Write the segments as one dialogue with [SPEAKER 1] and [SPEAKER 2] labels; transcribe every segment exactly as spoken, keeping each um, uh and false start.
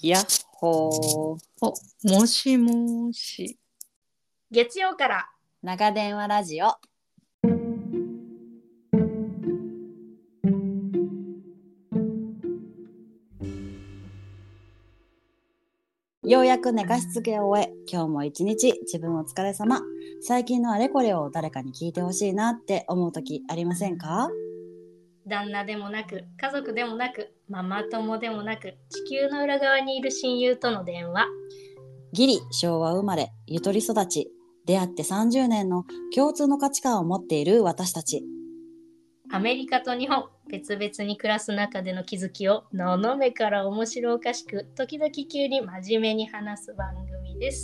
[SPEAKER 1] やっほー。
[SPEAKER 2] お、もしもし。
[SPEAKER 3] 月曜から
[SPEAKER 1] 長電話ラジオ。ようやく寝かしつけを終え、今日も一日自分お疲れ様。最近のあれこれを誰かに聞いてほしいなって思う時ありませんか？
[SPEAKER 3] 旦那でもなく家族でもなくママ友でもなく地球の裏側にいる親友との電話。
[SPEAKER 1] ギリ昭和生まれ、ゆとり育ち、出会ってさんじゅうねんの共通の価値観を持っている私たち。
[SPEAKER 3] アメリカと日本別々に暮らす中での気づきをののめから面白おかしく時々急に真面目に話す番組です。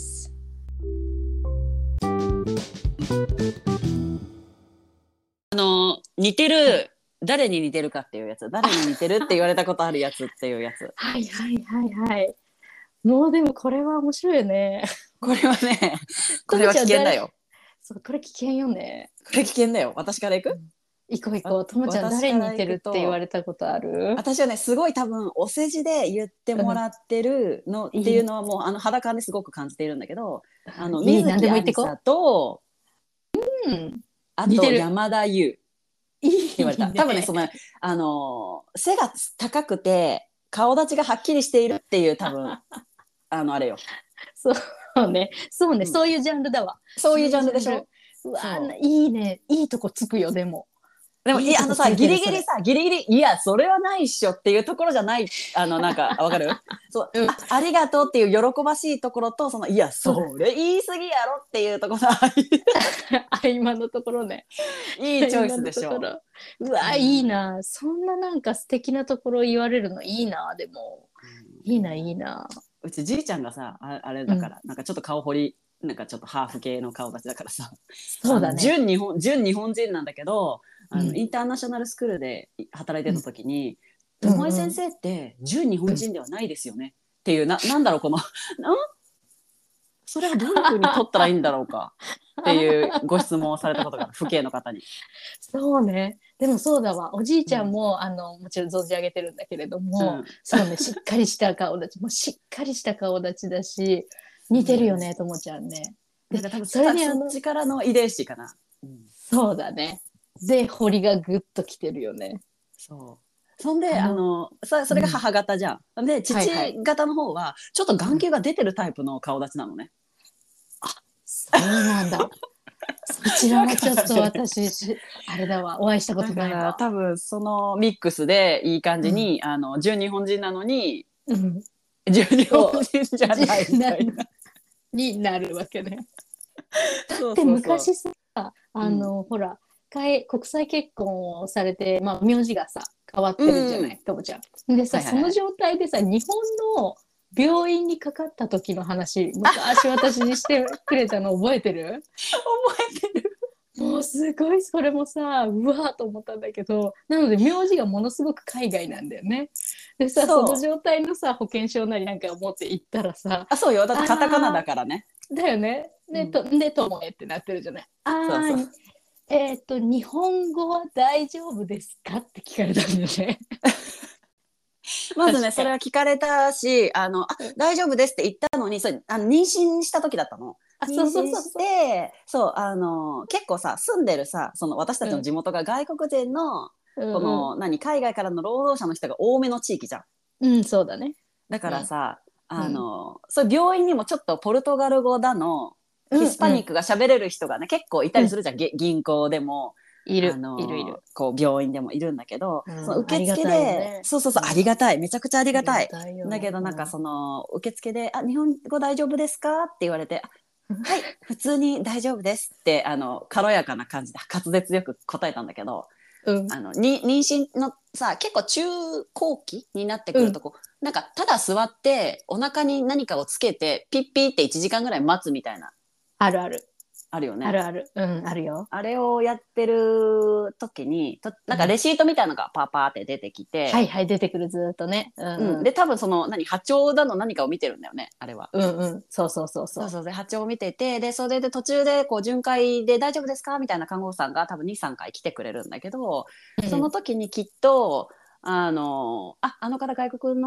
[SPEAKER 1] あの似てる、誰に似てるかっていうやつ、誰に似てるって言われたことあるやつっていうやつ。
[SPEAKER 2] はいはいはいはい。もうでもこれは面白いよね。
[SPEAKER 1] これはね、これは危険だよ。
[SPEAKER 2] そう、これ危険よね。
[SPEAKER 1] これ危険だよ。私から行く？
[SPEAKER 2] 行こう行こう。ともちゃん誰に似てるって言われたことある？
[SPEAKER 1] 私はね、すごい多分お世辞で言ってもらってるのっていうのはもうあの肌感ですごく感じているんだけど、あの水木ありさと、
[SPEAKER 2] うん、
[SPEAKER 1] あと山田優って言われた。
[SPEAKER 2] いいね、
[SPEAKER 1] 多分ね、そのあの背が高くて顔立ちがはっきりしているっていう多分あのあれよ。
[SPEAKER 2] そうね、そうね、うん、そういうジャンルだわ。
[SPEAKER 1] そういうジャンルでしょ。
[SPEAKER 2] うわ、いいね、いいとこつくよ。でも
[SPEAKER 1] でもいいあのさギリギリさギリギリいやそれはないっしょっていうところじゃない、あのなんかわかるそう、うん、あ, ありがとうっていう喜ばしいところと、そのいやそれ言い過ぎやろっていうところ
[SPEAKER 2] 合間のところね。
[SPEAKER 1] いいチョイスでしょ。
[SPEAKER 2] うわ、いいな、そんななんか素敵なところ言われるのいいな。でも、うん、いいないいな。
[SPEAKER 1] うちじいちゃんがさ あ, あれだから、うん、なんかちょっと顔彫りなんかちょっとハーフ系の顔立ちだからさ、
[SPEAKER 2] そうだね、
[SPEAKER 1] 純日本純日本人なんだけど、あの、うん、インターナショナルスクールで働いてた時に、ともえ先生って純日本人ではないですよね、うん、っていう な, なんだろうこのそれはどういう風に取ったらいいんだろうかっていうご質問をされたことがある父兄の方に。
[SPEAKER 2] そうね、でもそうだわ、おじいちゃんも、うん、あのもちろん存じ上げてるんだけれども、うん、そうね、しっかりした顔立ちもうしっかりした顔立ちだし似てるよね、ともちゃんね。
[SPEAKER 1] で多分それにそっちからの遺伝子かな、
[SPEAKER 2] うん、そうだね。で彫りがぐっときてるよね。
[SPEAKER 1] そうそんであのそ, それが母方じゃん、うん、で父方の方はちょっと眼球が出てるタイプの顔立ちなのね、
[SPEAKER 2] うん、あ、そうなんだそちらはちょっと私あれだわ、お会いしたことないわ。
[SPEAKER 1] 多分そのミックスでいい感じに、うん、あの純日本人なのに、うん、純日本人じゃないみたいな
[SPEAKER 2] になるわけね。だって昔さ、あの、うん、ほら国際結婚をされて、まあ、名字がさ変わってるじゃない、ともちゃんでさ、はいはいはい、その状態でさ日本の病院にかかった時の話昔私にしてくれたの覚えてる？
[SPEAKER 1] 覚えてる。
[SPEAKER 2] もうすごいそれもさうわーと思ったんだけど、なので名字がものすごく海外なんだよね。でさ そ, その状態のさ保険証なりなんかを持って行ったらさ、
[SPEAKER 1] あ、そうよ、だってカタカナだからね。
[SPEAKER 2] だよね。で、と、うん、でともえってなってるじゃない。ああ、そうそう、えっと日本語は大丈夫ですかって聞かれたんだよね。
[SPEAKER 1] まずねそれは聞かれたし、あのあ大丈夫ですって言ったのに、それあの妊娠した時だったの。
[SPEAKER 2] あ、そうそうそうそう。
[SPEAKER 1] で、そうあの結構さ住んでるさその私たちの地元が外国人の、うん、この、うん、何海外からの労働者の人が多めの地域じゃん。
[SPEAKER 2] うん、そうだね。
[SPEAKER 1] だからさ、うん、あの、うん、そう病院にもちょっとポルトガル語だのヒスパニックが喋れる人がね、うん、結構いたりするじゃん、うん、銀行でも。
[SPEAKER 2] いる、
[SPEAKER 1] あの
[SPEAKER 2] いるいる、
[SPEAKER 1] こう病院でもいるんだけど、うん、その受付で、
[SPEAKER 2] ね、
[SPEAKER 1] そうそうそう、ありがたい、めちゃくちゃありがたい、
[SPEAKER 2] たい
[SPEAKER 1] だけどなんかその受付で、あ、日本語大丈夫ですかって言われて、はい、普通に大丈夫ですってあの軽やかな感じで滑舌よく答えたんだけど、うん、あのに妊娠のさ結構中後期になってくるとこう、うん、なんかただ座ってお腹に何かをつけてピッピっていちじかんぐらい待つみたいな、
[SPEAKER 2] あるある
[SPEAKER 1] あるよね。
[SPEAKER 2] あるある、うん、あるよ。
[SPEAKER 1] あれをやってる時にとなんかレシートみたいなのがパーパーって出てきて、
[SPEAKER 2] うん、はいはい出てくるずっとね、うんうん
[SPEAKER 1] うん、で多分その何波長だの何かを見てるんだよねあれは。
[SPEAKER 2] うんうん、そうそうそうそう、
[SPEAKER 1] そうそうで波長を見てて、でそれで途中でこう巡回で大丈夫ですかみたいな看護婦さんが多分 にさんかい来てくれるんだけど、うん、その時にきっとあのああの方外国の方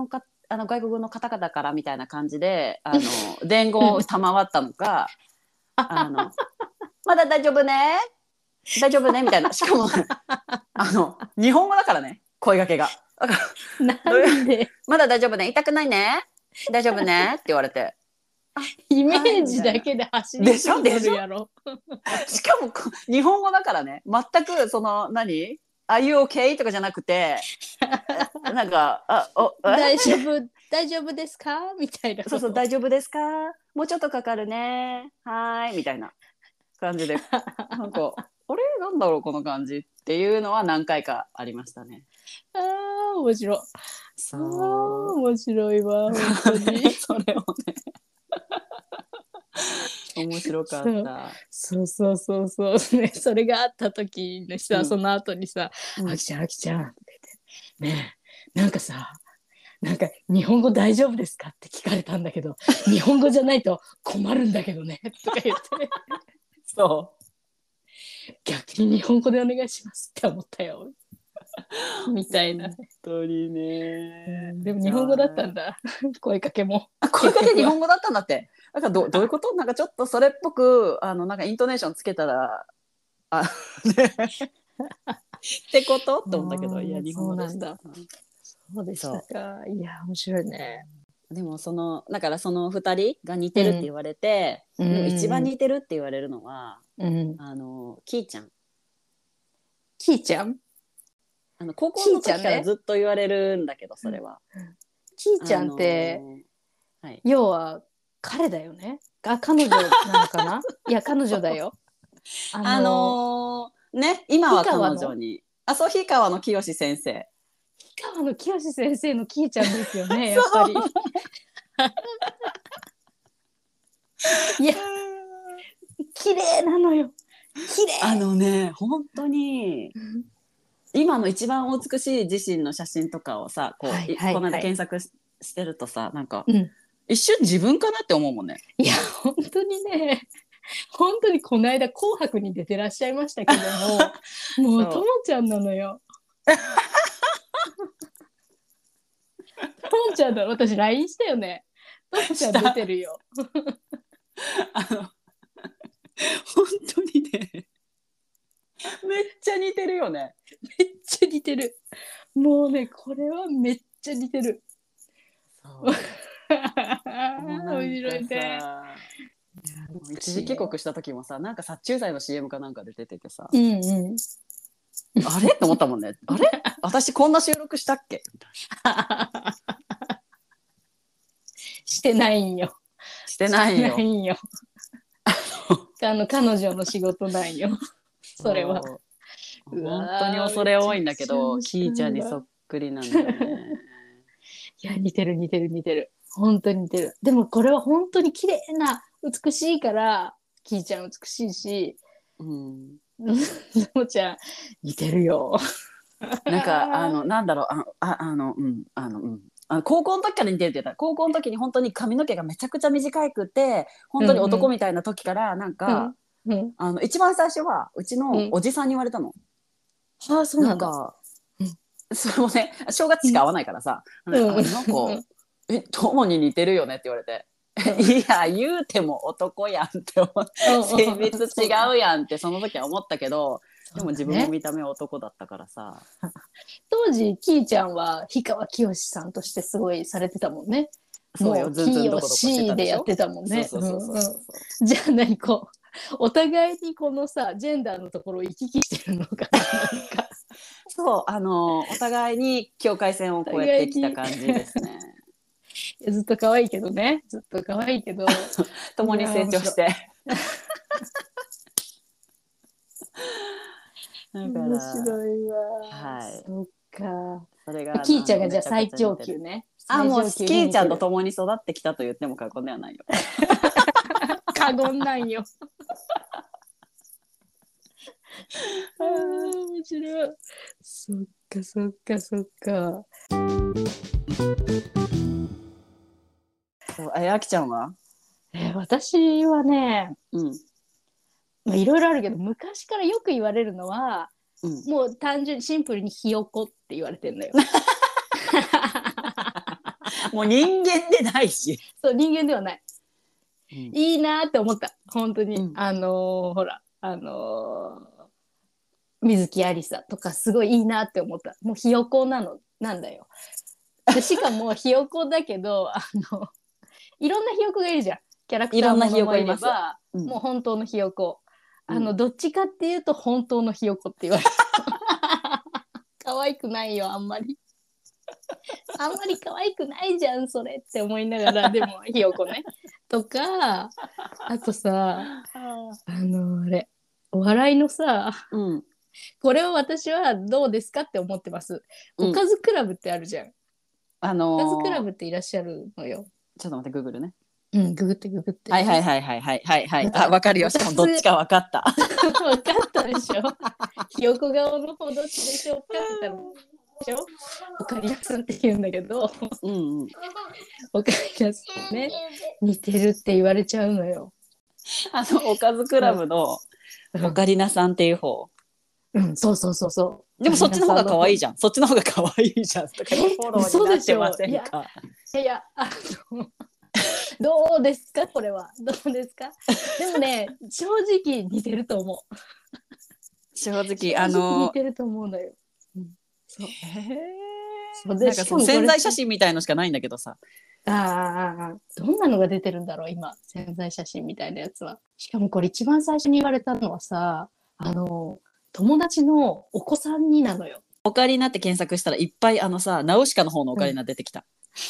[SPEAKER 1] あの外国の方々からみたいな感じであの伝言を賜ったのかあのまだ大丈夫ね大丈夫ねみたいな、しかもあの日本語だからね、声掛けがだから
[SPEAKER 2] なんで
[SPEAKER 1] まだ大丈夫ね、痛くないね大丈夫ねって言われて
[SPEAKER 2] イメージだけで走り込んでるやろ。
[SPEAKER 1] しかも日本語だからね、全くその何Are you okay? とかじゃなくてなんかあお
[SPEAKER 2] 大丈夫大丈夫ですかみたいな。
[SPEAKER 1] そうそう、大丈夫ですかもうちょっとかかるねはいみたいな感じでなんかあれなんだろうこの感じっていうのは何回かありましたね。
[SPEAKER 2] あー面白い。
[SPEAKER 1] そう
[SPEAKER 2] あー面白いわ本当に
[SPEAKER 1] それをね面白かった。
[SPEAKER 2] そうそうそうそうそうね、それがあった時のさ、うん、その後にさ、
[SPEAKER 1] うん、
[SPEAKER 2] あきちゃんあきちゃんねえなんかさなんか日本語大丈夫ですかって聞かれたんだけど日本語じゃないと困るんだけどねとか言って
[SPEAKER 1] そう
[SPEAKER 2] 逆に日本語でお願いしますって思ったよみたいな。
[SPEAKER 1] 本当にね、
[SPEAKER 2] うん、でも日本語だったんだ声かけも。
[SPEAKER 1] 声かけ日本語だったんだって。なんか ど, どういうことなんかちょっとそれっぽくあのなんかイントネーションつけたらあ、ね、ってことって思ったけど、いや日本語でした。
[SPEAKER 2] そうでしたか。いや面白いね。
[SPEAKER 1] でもそのだからそのふたりが似てるって言われて、うん、でも一番似てるって言われるのは、うん、あのキーちゃん。
[SPEAKER 2] キーちゃん
[SPEAKER 1] あの高校の時からずっと言われるんだけど、それは
[SPEAKER 2] キーちゃんって、あのーはい、要は彼だよね。あ彼女なのかないや彼女だよ。
[SPEAKER 1] あのー、あのー、ね今は彼女にあそう氷川の清先生
[SPEAKER 2] 氷川の清先生のキーちゃんですよねやっぱり。いや綺麗なのよ綺麗。
[SPEAKER 1] あのね本当に今の一番お美しい自身の写真とかをさこう、はいはいはい、この間検索 し, してるとさなんか、うん、一瞬自分かなって思うもんね。
[SPEAKER 2] いや本当にね本当にこの間紅白に出てらっしゃいましたけどももうともちゃんなのよ。ともちゃんだ私 ライン したよね。ともちゃん出てるよ。
[SPEAKER 1] あの本当にねめっちゃ似てるよね。
[SPEAKER 2] めっちゃ似てる。もうねこれはめっちゃ似てる。そう面白いね。
[SPEAKER 1] 一時帰国した時もさなんか殺虫剤の シーエム かなんかで出ててさ、
[SPEAKER 2] うんうん、
[SPEAKER 1] あれって思ったもんね。あれ私こんな収録したっけみたいな。
[SPEAKER 2] してないんよ。
[SPEAKER 1] してないよ。
[SPEAKER 2] してないんよ。あの彼女の仕事なんよ。それは。
[SPEAKER 1] 本当に恐れ多いんだけどキーちゃんにそっくりなんだよね。
[SPEAKER 2] いや似てる似てる似てる本当に似てる。でもこれは本当に綺麗な美しいからキーちゃん美しいし、うん、ともちゃん似てるよ。
[SPEAKER 1] なんかあのなんだろうあああのうんあのうんあの高校の時から似てるって言ったら高校の時に本当に髪の毛がめちゃくちゃ短くて本当に男みたいな時からなんか、うんうん、あの一番最初はうちのおじさんに言われたの。
[SPEAKER 2] うん、あそうなんだ。
[SPEAKER 1] なんか、うん、それもね正月しか会わないからさ、うん、あなんかえ友に似てるよねって言われて。いや言うても男やんって思って性別違うやんってその時は思ったけどでも自分も見た目は男だったからさ、
[SPEAKER 2] ね、当時キーちゃんは氷川きよしさんとしてすごいされてたもんね。
[SPEAKER 1] そうよずんずんどこどこしてた
[SPEAKER 2] でやってたもんね。じゃあ何こうお互いにこのさジェンダーのところを行き来してるのかなか
[SPEAKER 1] そうあのお互いに境界線を越えてきた感じですね。
[SPEAKER 2] いやずっと可愛いけどねずっと可愛いけど
[SPEAKER 1] 共に成長して
[SPEAKER 2] 面白いわ。
[SPEAKER 1] はい。
[SPEAKER 2] そっか。
[SPEAKER 1] それが
[SPEAKER 2] キーちゃんがじゃあ最上級ね。
[SPEAKER 1] あもうキーちゃんと共に育ってきたと言っても過言ではないよ。
[SPEAKER 2] 過言ないよ。あ面白い。そっかそっかそっか。
[SPEAKER 1] そうあやきちゃんは？
[SPEAKER 2] えー、私はね、
[SPEAKER 1] うん
[SPEAKER 2] まあ、いろいろあるけど昔からよく言われるのは、うん、もう単純にシンプルにひよこって言われてるのよ。
[SPEAKER 1] もう人間でないし。
[SPEAKER 2] そう人間ではない、
[SPEAKER 1] うん、
[SPEAKER 2] いいなって思った本当に、
[SPEAKER 1] うん、
[SPEAKER 2] あのー、ほらあのー、水木有沙とかすごいいいなって思った。もうひよこなのなんだよ。でしかもひよこだけどあのいろんなひよこがいるじゃん。キャラクターものもいれば、うん、もう本当のひよこ、あの、うん、どっちかっていうと本当のひよこって言われる。可愛くないよあんまり。あんまり可愛くないじゃんそれって思いながらでもひよこねとか、あとさあのあれお笑いのさ、うん、これを私はどうですかって思ってます、うん、おかずクラブってあるじゃん、あのー、おかずクラブっていらっしゃるのよ。ちょっと待ってグーグルね。うん、ググってググって。
[SPEAKER 1] はいはいはいはいはいはいはい。あ、わかるよ。しかもどっちかわかった。
[SPEAKER 2] わかったでしょ。ひよこ顔の方どっちでしょうかって言ったのでしょ。オカリナさんって言うんだけど、うんうん、オカリナさんね似てるって言われちゃうのよ。
[SPEAKER 1] あのおかずクラブのオカリナさんっていう方。
[SPEAKER 2] うん、そうそうそうそう。
[SPEAKER 1] でもそっちの方が可愛いじゃん。そっちの方が可愛いじゃん。とかフォローになってませんか。
[SPEAKER 2] いやいやあの。どうですかこれはどうですか。でもね正直似てると思う。
[SPEAKER 1] 正直あの
[SPEAKER 2] 似てると思うんだよ。うん、そう。
[SPEAKER 1] へそうでなんかその宣材写真みたいのしかないんだけどさ。
[SPEAKER 2] ああどんなのが出てるんだろう今宣材写真みたいなやつは。しかもこれ一番最初に言われたのはさあの友達のお子さんになのよ。
[SPEAKER 1] オカリナって検索したらいっぱいあのさナウシカの方のオカリナ出てきた。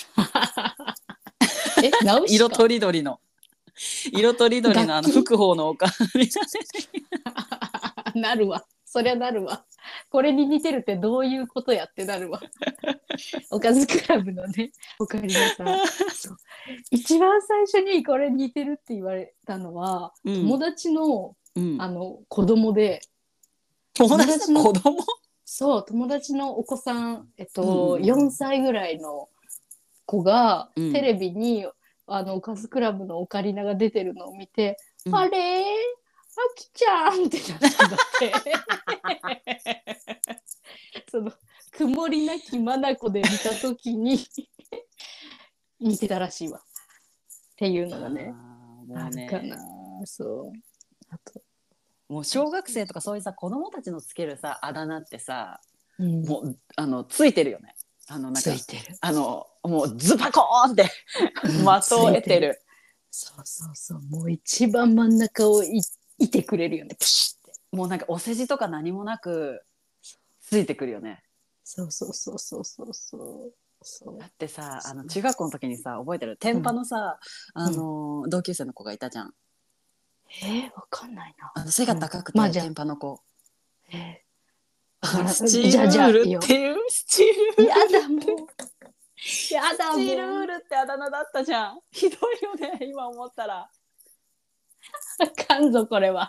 [SPEAKER 2] うん、えナウシカ
[SPEAKER 1] 色とりどりの色とりどりのあの福宝のオカリ
[SPEAKER 2] ナなるわそりゃなるわ。これに似てるってどういうことやってなるわ。おかずクラブのねオカリナさんそう一番最初にこれ似てるって言われたのは、うん、友達の、うん、あの子供で
[SPEAKER 1] 友達の子供
[SPEAKER 2] そう友達のお子さん、えっとうん、よんさいぐらいの子が、うん、テレビにあのおかずクラブのオカリナが出てるのを見て、うん、あれーあきちゃんってなったんだってその曇りなき眼で見た時に似てたらしいわっていうのがねあるかな。そうあと
[SPEAKER 1] もう小学生とかそういうさ子供たちのつけるさあだ名ってさ、うん、もうあのついてるよね。あのなんか
[SPEAKER 2] ついてる
[SPEAKER 1] あのもうズバコーンって的を得てる。
[SPEAKER 2] そうそうそうもう一番真ん中を い, いてくれるよね。プシッて
[SPEAKER 1] もうなんかお世辞とか何もなくついてくるよね。
[SPEAKER 2] そうそうそうそうそうそうそう
[SPEAKER 1] だってさあの中学校の時にさ覚えてる天パのさ、うん、あの、うん、同級生の子がいたじゃん。
[SPEAKER 2] えー、わかんないな。
[SPEAKER 1] あの背が高くて、うんまあ、天パの子。
[SPEAKER 2] え
[SPEAKER 1] ー、スチールールっていうスチールール
[SPEAKER 2] やだもうやだもう
[SPEAKER 1] スチールールってあだ名だったじゃん。ひどいよね今思ったら。
[SPEAKER 2] あかんぞこれは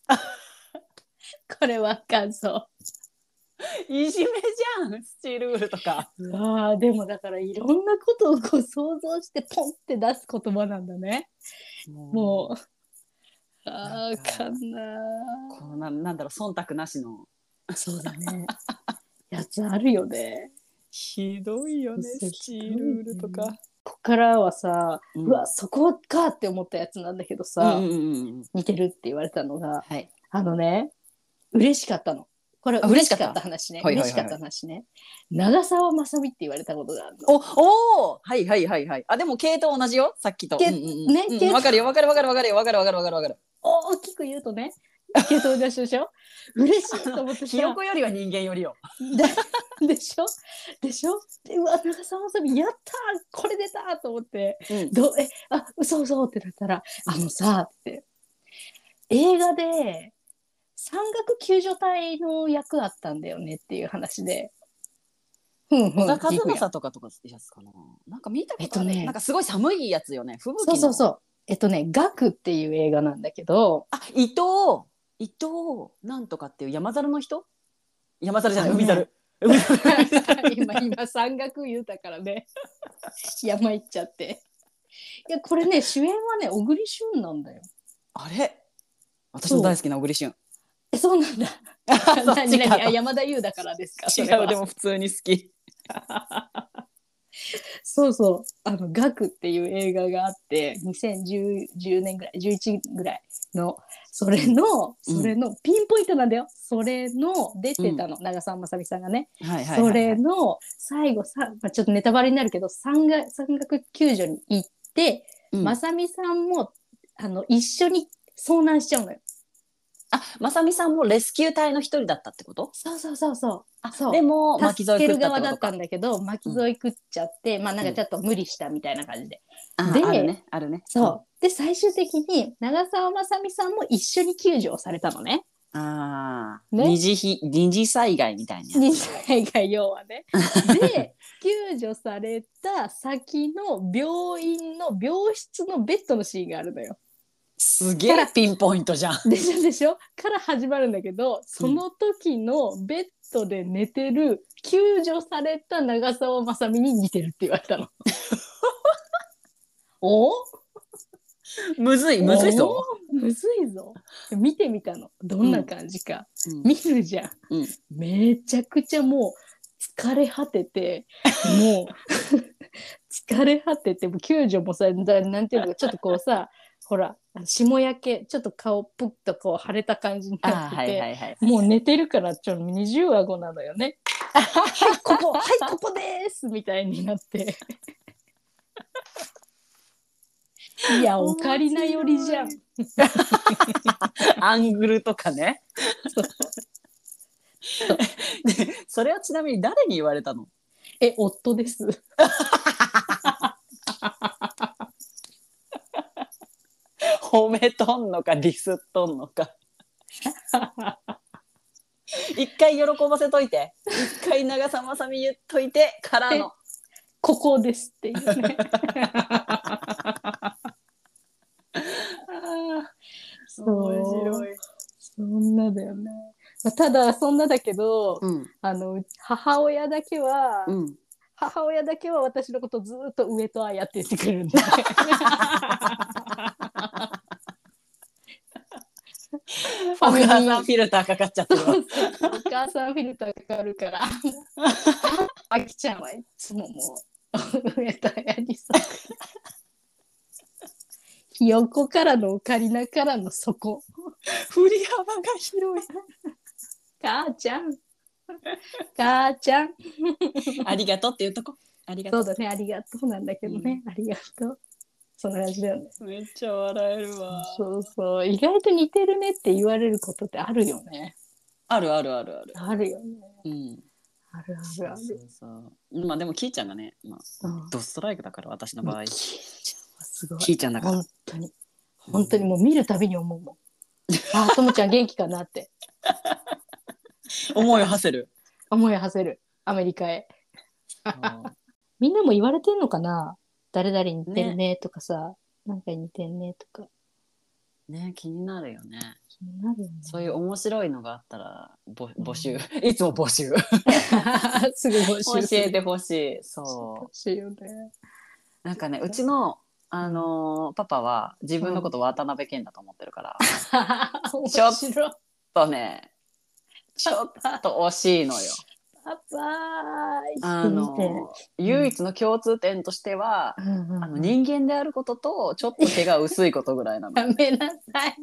[SPEAKER 2] これはあかんぞ
[SPEAKER 1] いじめじゃんスチールールとか。
[SPEAKER 2] うわでもだからいろんなことをこう想像してポンって出す言葉なんだね。もう、もうあーかんな
[SPEAKER 1] この な, なんだろう忖度なしの
[SPEAKER 2] そうだねやつあるよね。
[SPEAKER 1] ひどいよねスチールールとか。
[SPEAKER 2] こっからはさ、うん、うわそこかって思ったやつなんだけどさ、うんうんうん、似てるって言われたのが、はい、あのね嬉しかったの。これ嬉しかった話ね。嬉しかった話ね。長澤まさみって言われたことがあるの。
[SPEAKER 1] おおはいはいはいはい。あでも系統同じよさっきと。
[SPEAKER 2] けうんうん、ね、
[SPEAKER 1] うん、わかるよわかるわかるわかるよわかるわかるわかるわかる。
[SPEAKER 2] 大きく言うとね系統同じでしょ。嬉しいと思ってさ。
[SPEAKER 1] ひよこよりは人間よりよ。
[SPEAKER 2] でしょでしょでうわ長澤まさみやったーこれ出たと思って、うん、どえあ嘘嘘ってなったらあのさって映画で山岳救助隊の役あったんだよねっていう話で、
[SPEAKER 1] うんうん、小田和正とかとかやつかな。なんか見たことある、えっとね、なんかすごい寒いやつよね。吹雪の。
[SPEAKER 2] そうそうそう。えっとね、ガクっていう映画なんだけど、
[SPEAKER 1] あ、伊藤伊藤なんとかっていう山猿の人？山猿じゃない、海猿。海
[SPEAKER 2] 猿今今山岳言うたからね。山行っちゃって。いやこれね主演はね小栗旬なんだよ。
[SPEAKER 1] あれ？私の大好きな小栗旬。
[SPEAKER 2] えそうなんだ。何何山田優だからですか。
[SPEAKER 1] 違うでも普通に好き。
[SPEAKER 2] そうそう、あのガクっていう映画があってにせんじゅうねんぐらいじゅういちぐらいのそれの、
[SPEAKER 1] うん、
[SPEAKER 2] それのピンポイントなんだよ。それの出てたの、うん、長澤まさみさんがね、
[SPEAKER 1] はいはいはいはい、
[SPEAKER 2] それの最後さ、まあ、ちょっとネタバレになるけど山岳山岳救助に行って、うん、まさみさんもあの一緒に遭難しちゃうのよ。
[SPEAKER 1] あ、まさみさんもレスキュー隊の一人だったってこと？
[SPEAKER 2] そうそうそうそう。
[SPEAKER 1] あ、
[SPEAKER 2] そう
[SPEAKER 1] でも巻き添え食ったってことか。助ける
[SPEAKER 2] 側だったんだけど巻き添え食っちゃって、うん、まあなんかちょっと無理したみたいな感じで。
[SPEAKER 1] うん、
[SPEAKER 2] で、
[SPEAKER 1] あ、あるねあるね。
[SPEAKER 2] そう。で最終的に長澤まさみさんも一緒に救助をされたのね。
[SPEAKER 1] ああ、ね、二次ひ二次災害みたいな。
[SPEAKER 2] 二次災害要はね。で救助された先の病院の病室のベッドのシーンがあるのよ。
[SPEAKER 1] すげえピンポイントじゃん。
[SPEAKER 2] でしょでしょから始まるんだけど、その時のベッドで寝てる救助された長澤まさみに似てるって言われたの。お
[SPEAKER 1] むずいむずいぞ。
[SPEAKER 2] むずいぞ。見てみたの。どんな感じか。うん、見るじゃん、うん。めちゃくちゃもう疲れ果てて、もう疲れ果てて、救助もさ、なんていうのかちょっとこうさ、ほら霜焼けちょっと顔プッとこう腫れた感じになってて、はいはいはい、もう寝てるからちょっと二重顎なのよね。はいここはいここですみたいになっていやオカリナ寄りじゃん
[SPEAKER 1] アングルとかね。そうでそれはちなみに誰に言われたの？
[SPEAKER 2] え夫です
[SPEAKER 1] 褒めとんのかディスっとんのか一回喜ばせといて、一回長澤まさみ言っといてからの
[SPEAKER 2] ここですっていうね面白い。そんなだよね。ただそんなだけど、うん、あの母親だけは、うん、母親だけは私のことずっと上とあやって言ってくるんで
[SPEAKER 1] お母さんフィルターかかっちゃってるわ。
[SPEAKER 2] お母さんフィルターかかるからあきちゃんはいつももう上とあやにさひよこからのオカリナからの底
[SPEAKER 1] 振り幅が広い
[SPEAKER 2] 母ちゃん母ちゃん
[SPEAKER 1] ありがとうっていうとこ。ありがとう。
[SPEAKER 2] そうだね、ありがとうなんだけどね、うん、ありがとう。そんな感じだよね。
[SPEAKER 1] めっちゃ笑えるわ。
[SPEAKER 2] そうそう、意外と似てるねって言われることってあるよね。
[SPEAKER 1] あるあるあるある。
[SPEAKER 2] あるよね。
[SPEAKER 1] うん。
[SPEAKER 2] あるあるある。そう
[SPEAKER 1] そうそう。まあでもキーちゃんがね、まあ、うん、ドストライクだから私の場合。
[SPEAKER 2] キーちゃんはすごい。
[SPEAKER 1] キーちゃんだから。
[SPEAKER 2] 本当に本当にもう見るたびに思うもん。あ、ともちゃん元気かなって。
[SPEAKER 1] 思いを馳せる。
[SPEAKER 2] 思いを馳せる。アメリカへ。みんなも言われてんのかな。誰々に似てるねとかさ、ね、なんか似てんねとか。
[SPEAKER 1] ね、気になるよね。
[SPEAKER 2] 気になるよね。
[SPEAKER 1] そういう面白いのがあったら募集、うん、いつも募集。
[SPEAKER 2] すぐ募集。
[SPEAKER 1] 教えてほしい。そう。
[SPEAKER 2] 欲しいよね。
[SPEAKER 1] なんかね、うちのあのー、パパは自分のこと渡辺謙だと思ってるから、うん、ちょっとね、ちょっと惜しいのよ。
[SPEAKER 2] パパ
[SPEAKER 1] あの唯一の共通点としては、うんうんうん、あの人間であることとちょっと毛が薄いことぐらいなの。
[SPEAKER 2] やめなさい。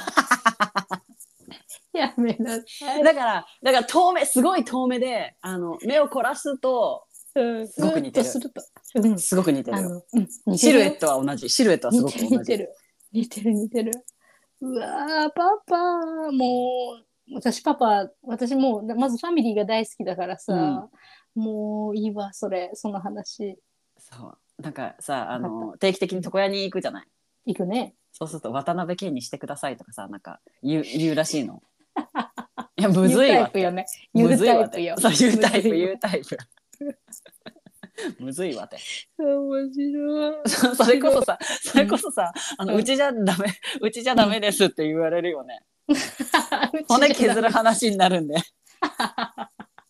[SPEAKER 2] やめなさい。
[SPEAKER 1] だからだから遠目、すごい遠目であの目を凝らすとすごく似てる。すると、うん、すごく似てるよ、うん、シルエットは同じ。シルエットはすごく同じ。
[SPEAKER 2] 似てる似てる似てる。うわーパパもう。私パパ私もうまずファミリーが大好きだからさ、うん、もういいわそれその話。
[SPEAKER 1] そうなんかさあの定期的に床屋に行くじゃない。
[SPEAKER 2] 行くね。
[SPEAKER 1] そうすると渡辺謙にしてくださいとかさなんか言う、言うらしいの。いやむずいわって。
[SPEAKER 2] 言うタイプよね。
[SPEAKER 1] そう言うタイプ言うタイプ。むずいわって。
[SPEAKER 2] 面白い。
[SPEAKER 1] それこそさそれこそさ、うん、あのうちじゃダメうちじゃダメですって言われるよね。骨削る話になるんで。
[SPEAKER 2] あ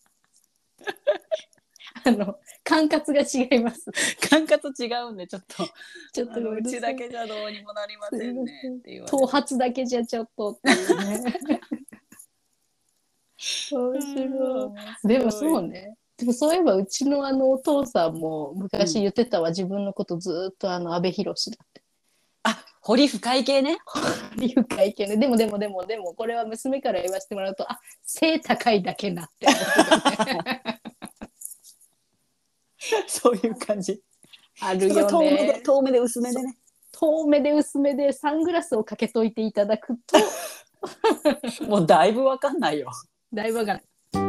[SPEAKER 2] の管轄が違います。
[SPEAKER 1] 管轄違うんでちょっと
[SPEAKER 2] ちょっと
[SPEAKER 1] うちだけじゃどうにもなりませんねって言われ
[SPEAKER 2] 頭髪だけじゃちょっとっていうね。面白い。でもそうね。 でもそういえばうちのあのお父さんも昔言ってたわ、うん、自分のことずっとあの阿部寛だって。
[SPEAKER 1] あ、堀深い系ね。
[SPEAKER 2] 堀深い系ね。でもでもでもでもこれは娘から言わせてもらうと、あ、背高いだけなって思ってたね。
[SPEAKER 1] そういう感じ。
[SPEAKER 2] あるよね。
[SPEAKER 1] 遠目で遠目で薄めでね。
[SPEAKER 2] 遠目で薄めでサングラスをかけといていただくと
[SPEAKER 1] もうだいぶわかんないよ。
[SPEAKER 2] だいぶわかんない。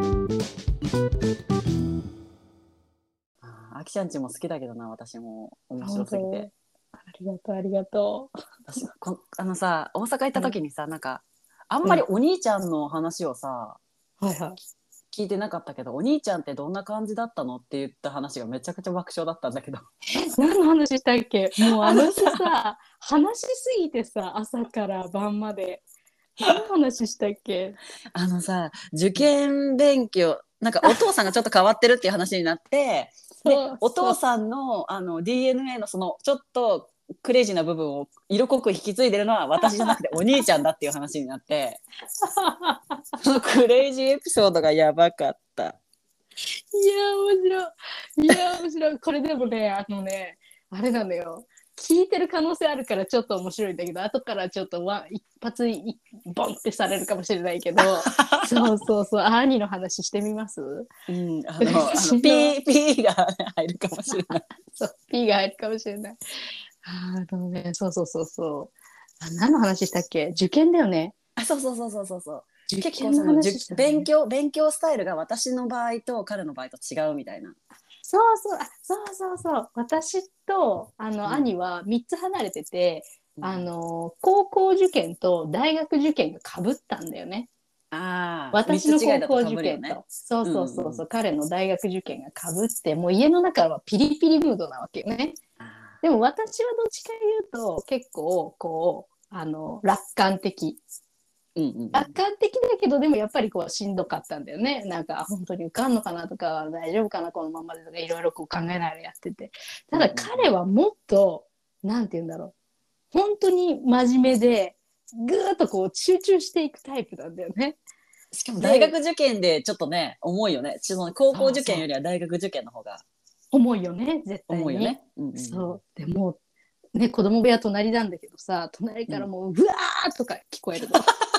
[SPEAKER 1] あきちゃんちも好きだけどな、私も面白すぎて。
[SPEAKER 2] ありがとうありがとう。
[SPEAKER 1] 私こあのさ、大阪行った時にさ、うん、なんかあんまりお兄ちゃんの話をさ、
[SPEAKER 2] うん、はいはい、
[SPEAKER 1] 聞いてなかったけど、お兄ちゃんってどんな感じだったのって言った話がめちゃくちゃ爆笑だったんだけど。
[SPEAKER 2] 何の話したっけ？もうあの日さ話しすぎてさ、朝から晩まで何の話したっけ？
[SPEAKER 1] あのさ、受験勉強なんかお父さんがちょっと変わってるっていう話になってでお父さん の, あの ディーエヌエー のそのちょっとクレイジーな部分を色濃く引き継いでるのは私じゃなくてお兄ちゃんだっていう話になってそのクレイジーエピソードがやばかった。いや
[SPEAKER 2] 面白い、いや面白い。これでもね、あのね、あれなのよ、聞いてる可能性あるからちょっと面白いんだけど、後からちょっとわ一発いボンってされるかもしれないけどそうそうそう、兄の話してみます？
[SPEAKER 1] うん、あのあのピーピーが入るかもしれない
[SPEAKER 2] そう、ピーが入るかもしれない。あのね、そうそうそうそう。あ、何の話したっけ？受験だよね。
[SPEAKER 1] あ、そうそうそうそうそうそう。結構その勉強勉強スタイルが私の場合と彼の場合と違うみたいな。
[SPEAKER 2] そうそう、あ、そうそうそう。私とあの、うん、兄はみっつ離れてて、うん、あの高校受験と大学受験がかぶったんだよね。
[SPEAKER 1] あ、
[SPEAKER 2] 私の高校受験と、ね、そうそうそうそう、うんうん、彼の大学受験がかぶって、もう家の中はピリピリムードなわけよね。でも私はどっちか言うと結構こうあの楽観的、うんうんうん、楽観的だけどでもやっぱりこうしんどかったんだよね。なんか本当に受かんのかなとか大丈夫かなこのままでとかいろいろこう考えながらやってて、ただ彼はもっと、うんうん、なんて言うんだろう、本当に真面目でぐーっとこう集中していくタイプなんだよね。
[SPEAKER 1] しかも大学受験でちょっとね重いよね。高校受験よりは大学受験の方が
[SPEAKER 2] 重いよね、絶対に。
[SPEAKER 1] 重いよね。うんうん、
[SPEAKER 2] そうでもね、子供部屋隣なんだけどさ、隣からもう、うん、うわーとか聞こえるの。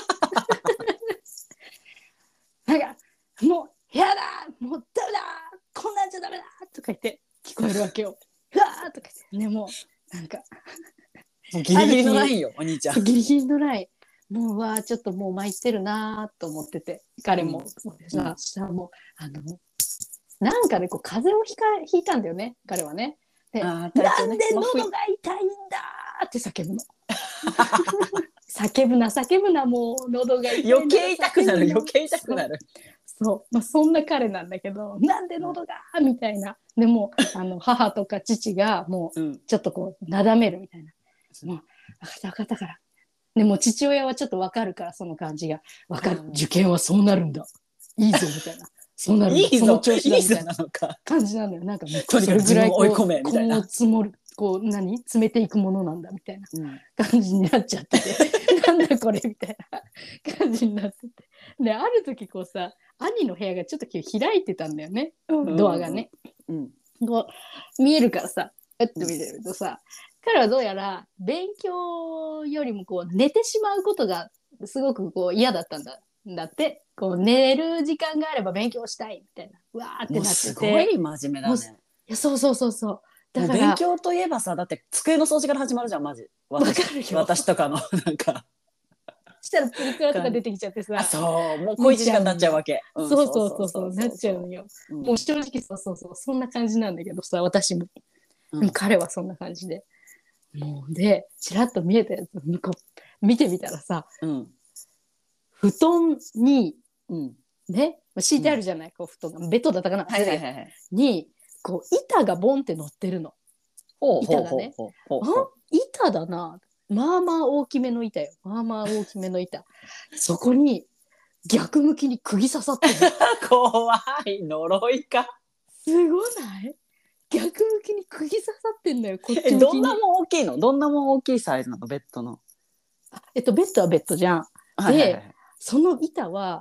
[SPEAKER 2] なんかもうやだもうダメだこんなんじゃダメだとか言って聞こえるわけよ。うわーとか言ってね、もうなんか
[SPEAKER 1] もうギリギリのラインよお兄ちゃん。
[SPEAKER 2] ギリギリのライン。もうわーちょっともう参ってるなーと思ってて、彼も、うん、さ、さもうあのなんかねこう風邪をひかひいたんだよね彼はね。で、ね、なんで喉が痛いんだって叫ぶの。叫ぶな叫ぶな、もう喉が痛い。
[SPEAKER 1] 余計痛くなる余計痛くなる。
[SPEAKER 2] そう、まあ、そんな彼なんだけど、なんで喉がみたいな。でもあの母とか父がもうちょっとこうなだめるみたいな。うん、もう分かった分かったから。でも父親はちょっと分かるから、その感じが分かる、うん、受験はそうなるんだいいぞみたいな。そうなるんだ、
[SPEAKER 1] いいぞ
[SPEAKER 2] その調子だみたいな
[SPEAKER 1] 感
[SPEAKER 2] じなんだよ。なんかもう
[SPEAKER 1] とにかく自分を追い込めみたいな。
[SPEAKER 2] こう積もるこう何詰めていくものなんだみたいな感じになっちゃってて、うん、なんだこれみたいな感じになってて、である時こうさ、兄の部屋がちょっと開いてたんだよね、ドアがね、うんうん、こう見えるからさ、えっと見てるとさ、彼はどうやら勉強よりもこう寝てしまうことがすごくこう嫌だったんだだって。こう寝る時間があれば勉強したいみたいな、うわーってなってて、もうす
[SPEAKER 1] ごい真面目だね。
[SPEAKER 2] いやそうそうそうそう、
[SPEAKER 1] だから勉強といえばさ、だって机の掃除から始まるじゃんマジ。私, 私とかのなんか
[SPEAKER 2] したらプリクラとか出てきちゃってさ、
[SPEAKER 1] あ、そうもう小一時間になっちゃうわけ。
[SPEAKER 2] うん、そうそうそうそうなっちゃうのよ、うん、もう正直そうそうそうそんな感じなんだけどさ、私も、うん、彼はそんな感じで、もうでちらっと見えたやつこう見てみたらさ、うん、布団に、うん、ね敷いてあるじゃない、うん、こう布団がベッドだったかな、はいはいはいはい、にこう板がボンって乗ってるの。板がね、あ、板だな、まあまあ大きめの板よ、まあまあ大きめの板そこに逆向きに釘刺さってる
[SPEAKER 1] 怖い、呪いか。
[SPEAKER 2] すごない？逆向きに釘刺さってんのよ、こっち向きに。
[SPEAKER 1] え、どんなもん大きいの？どんなもん大きいサイズなの？ベッドの。
[SPEAKER 2] あ、えっとベッドはベッドじゃん。で、はいはいはい、その板は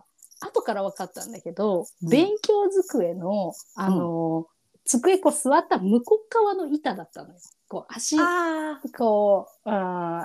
[SPEAKER 2] 後から分かったんだけど、うん、勉強机のあの、うん、机こう座った向こう側の板だったのよ。こう足こう、うん、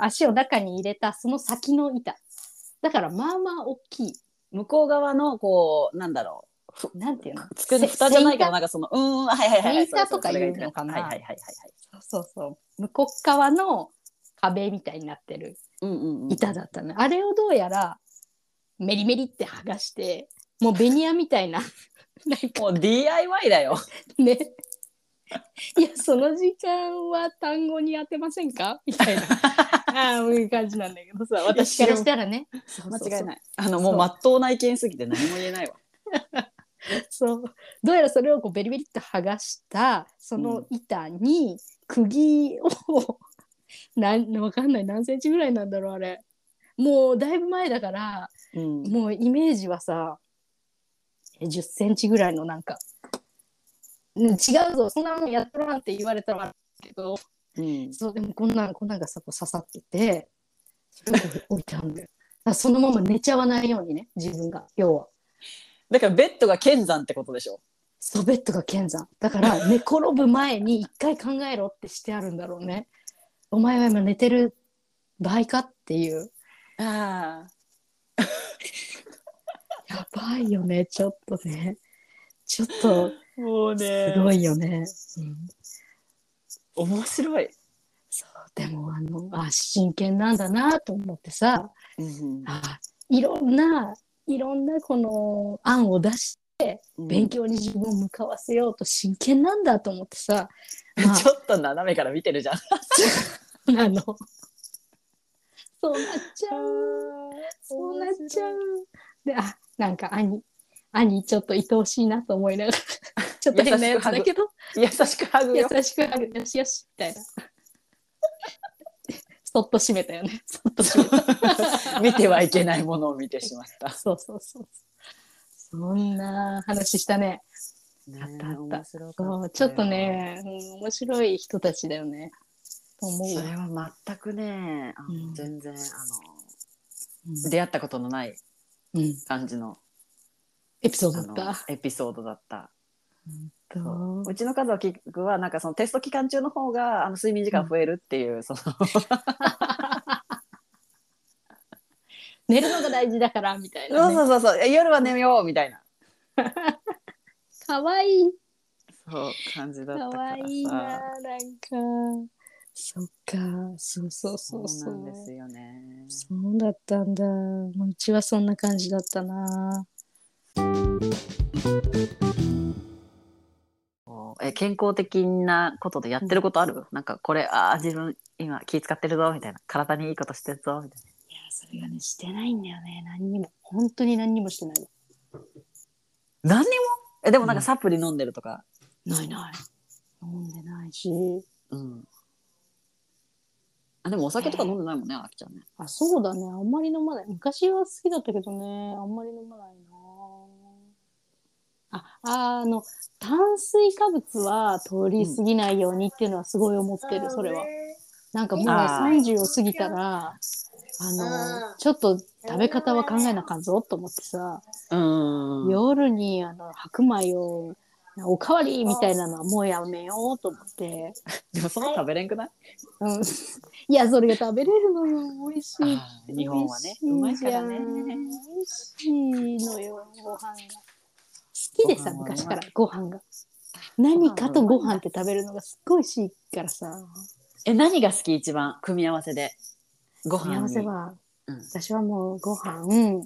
[SPEAKER 2] 足を中に入れたその先の板だからまあまあ大きい。
[SPEAKER 1] 向こう側のこうなんだろ
[SPEAKER 2] うなんていうの
[SPEAKER 1] 机の蓋じゃないけどなんかそのうんはいはいはい
[SPEAKER 2] セイタとかいうのかな。はいはいはいはいそうそうそう向こう側の壁みたいになってる板だったの、うんうんうん、あれをどうやらメリメリって剥がしてもうベニヤみたいな
[SPEAKER 1] なんかもう ディーアイワイ だよ
[SPEAKER 2] ねいやその時間は単語に当てませんかみたいなああ、そういう感じなんだけどさ、私からしたらね。
[SPEAKER 1] 間違いない。あの、もう真っ当な意見すぎて何も言えないわ。
[SPEAKER 2] そう。どうやらそれをこうベリベリっと剥がした、その板に釘を、うん、なんわかんない、何センチぐらいなんだろう、あれ。もうだいぶ前だから、うん、もうイメージはさ、じゅっセンチぐらいのなんか、うん、違うぞ、そんなのやっとらんって言われたらあるけど、うん、そうでもこんなんこんなんがさこう刺さっててそれを置いてあるんだよそのまま寝ちゃわないようにね自分が要は
[SPEAKER 1] だからベッドが剣山ってことでしょ。
[SPEAKER 2] そうベッドが剣山だから寝転ぶ前に一回考えろってしてあるんだろうねお前は今寝てる場合かっていうあやばいよねちょっとねちょっともうねすごいよね、
[SPEAKER 1] うん、面白い。
[SPEAKER 2] そうでもあのあ真剣なんだなと思ってさ、うん、あいろんないろんなこの案を出して勉強に自分を向かわせようと真剣なんだと思ってさ、
[SPEAKER 1] まあ、ちょっと斜めから見てるじゃん
[SPEAKER 2] あのそうなっちゃうそうなっちゃうであなんか兄兄ちょっと愛おしいなと思いながらちょっと変なやつだけど
[SPEAKER 1] 優しくハグよ
[SPEAKER 2] 優しくハグよしよしみたいなそっと閉めたよね。そっと閉めた。
[SPEAKER 1] 見てはいけないものを見てしまった。
[SPEAKER 2] そうそうそう。そんな話したね。
[SPEAKER 1] ね
[SPEAKER 2] あったあった。そうちょっとね、うん、面白い人たちだよね。
[SPEAKER 1] と思う。それは全くね、あの、うん、全然あの、うん、出会ったことのない感じの、うん、
[SPEAKER 2] エピソードだった。
[SPEAKER 1] エピソードだった。そううちの家族はなんかそのテスト期間中の方があの睡眠時間増えるっていう、うん、その
[SPEAKER 2] 寝るのが大事だからみたいな、
[SPEAKER 1] ね、そうそうそう夜は寝ようみたいな
[SPEAKER 2] かわいい
[SPEAKER 1] そう感じだったからさか
[SPEAKER 2] わいいななんかそっかそうそうそう
[SPEAKER 1] そうなんですよね
[SPEAKER 2] そうだったんだうちはそんな感じだったな
[SPEAKER 1] え健康的なことでやってることある、うん、なんかこれあ自分今気使ってるぞみたいな体にいいことしてるぞみたいな。い
[SPEAKER 2] やそれがねしてないんだよね何にも本当に何にもしてない
[SPEAKER 1] 何にもえでもなんかサプリ飲んでるとか、
[SPEAKER 2] うん、ないない飲んでないし、うん、
[SPEAKER 1] あでもお酒とか飲んでないもんね、えー、あきちゃんね。
[SPEAKER 2] あそうだねあんまり飲まない昔は好きだったけどねあんまり飲まないなああの炭水化物は取りすぎないようにっていうのはすごい思ってる、うん、それはなんかもうねさんじゅうを過ぎたらあのちょっと食べ方は考えなあかんぞと思ってさ、うん、夜にあの白米をおかわりみたいなのはもうやめようと思って
[SPEAKER 1] でもそんな食べれんくない、
[SPEAKER 2] うん、いやそれが食べれるのよ美味しい
[SPEAKER 1] 日本はねうまいからね
[SPEAKER 2] 美味しいのよご飯が好きでさ昔からご飯が何かとご飯って食べるのがすっごいしいからさ
[SPEAKER 1] え何が好き一番組み合わせでご飯に組み合わせ
[SPEAKER 2] は、うん、私はもうご飯、うん、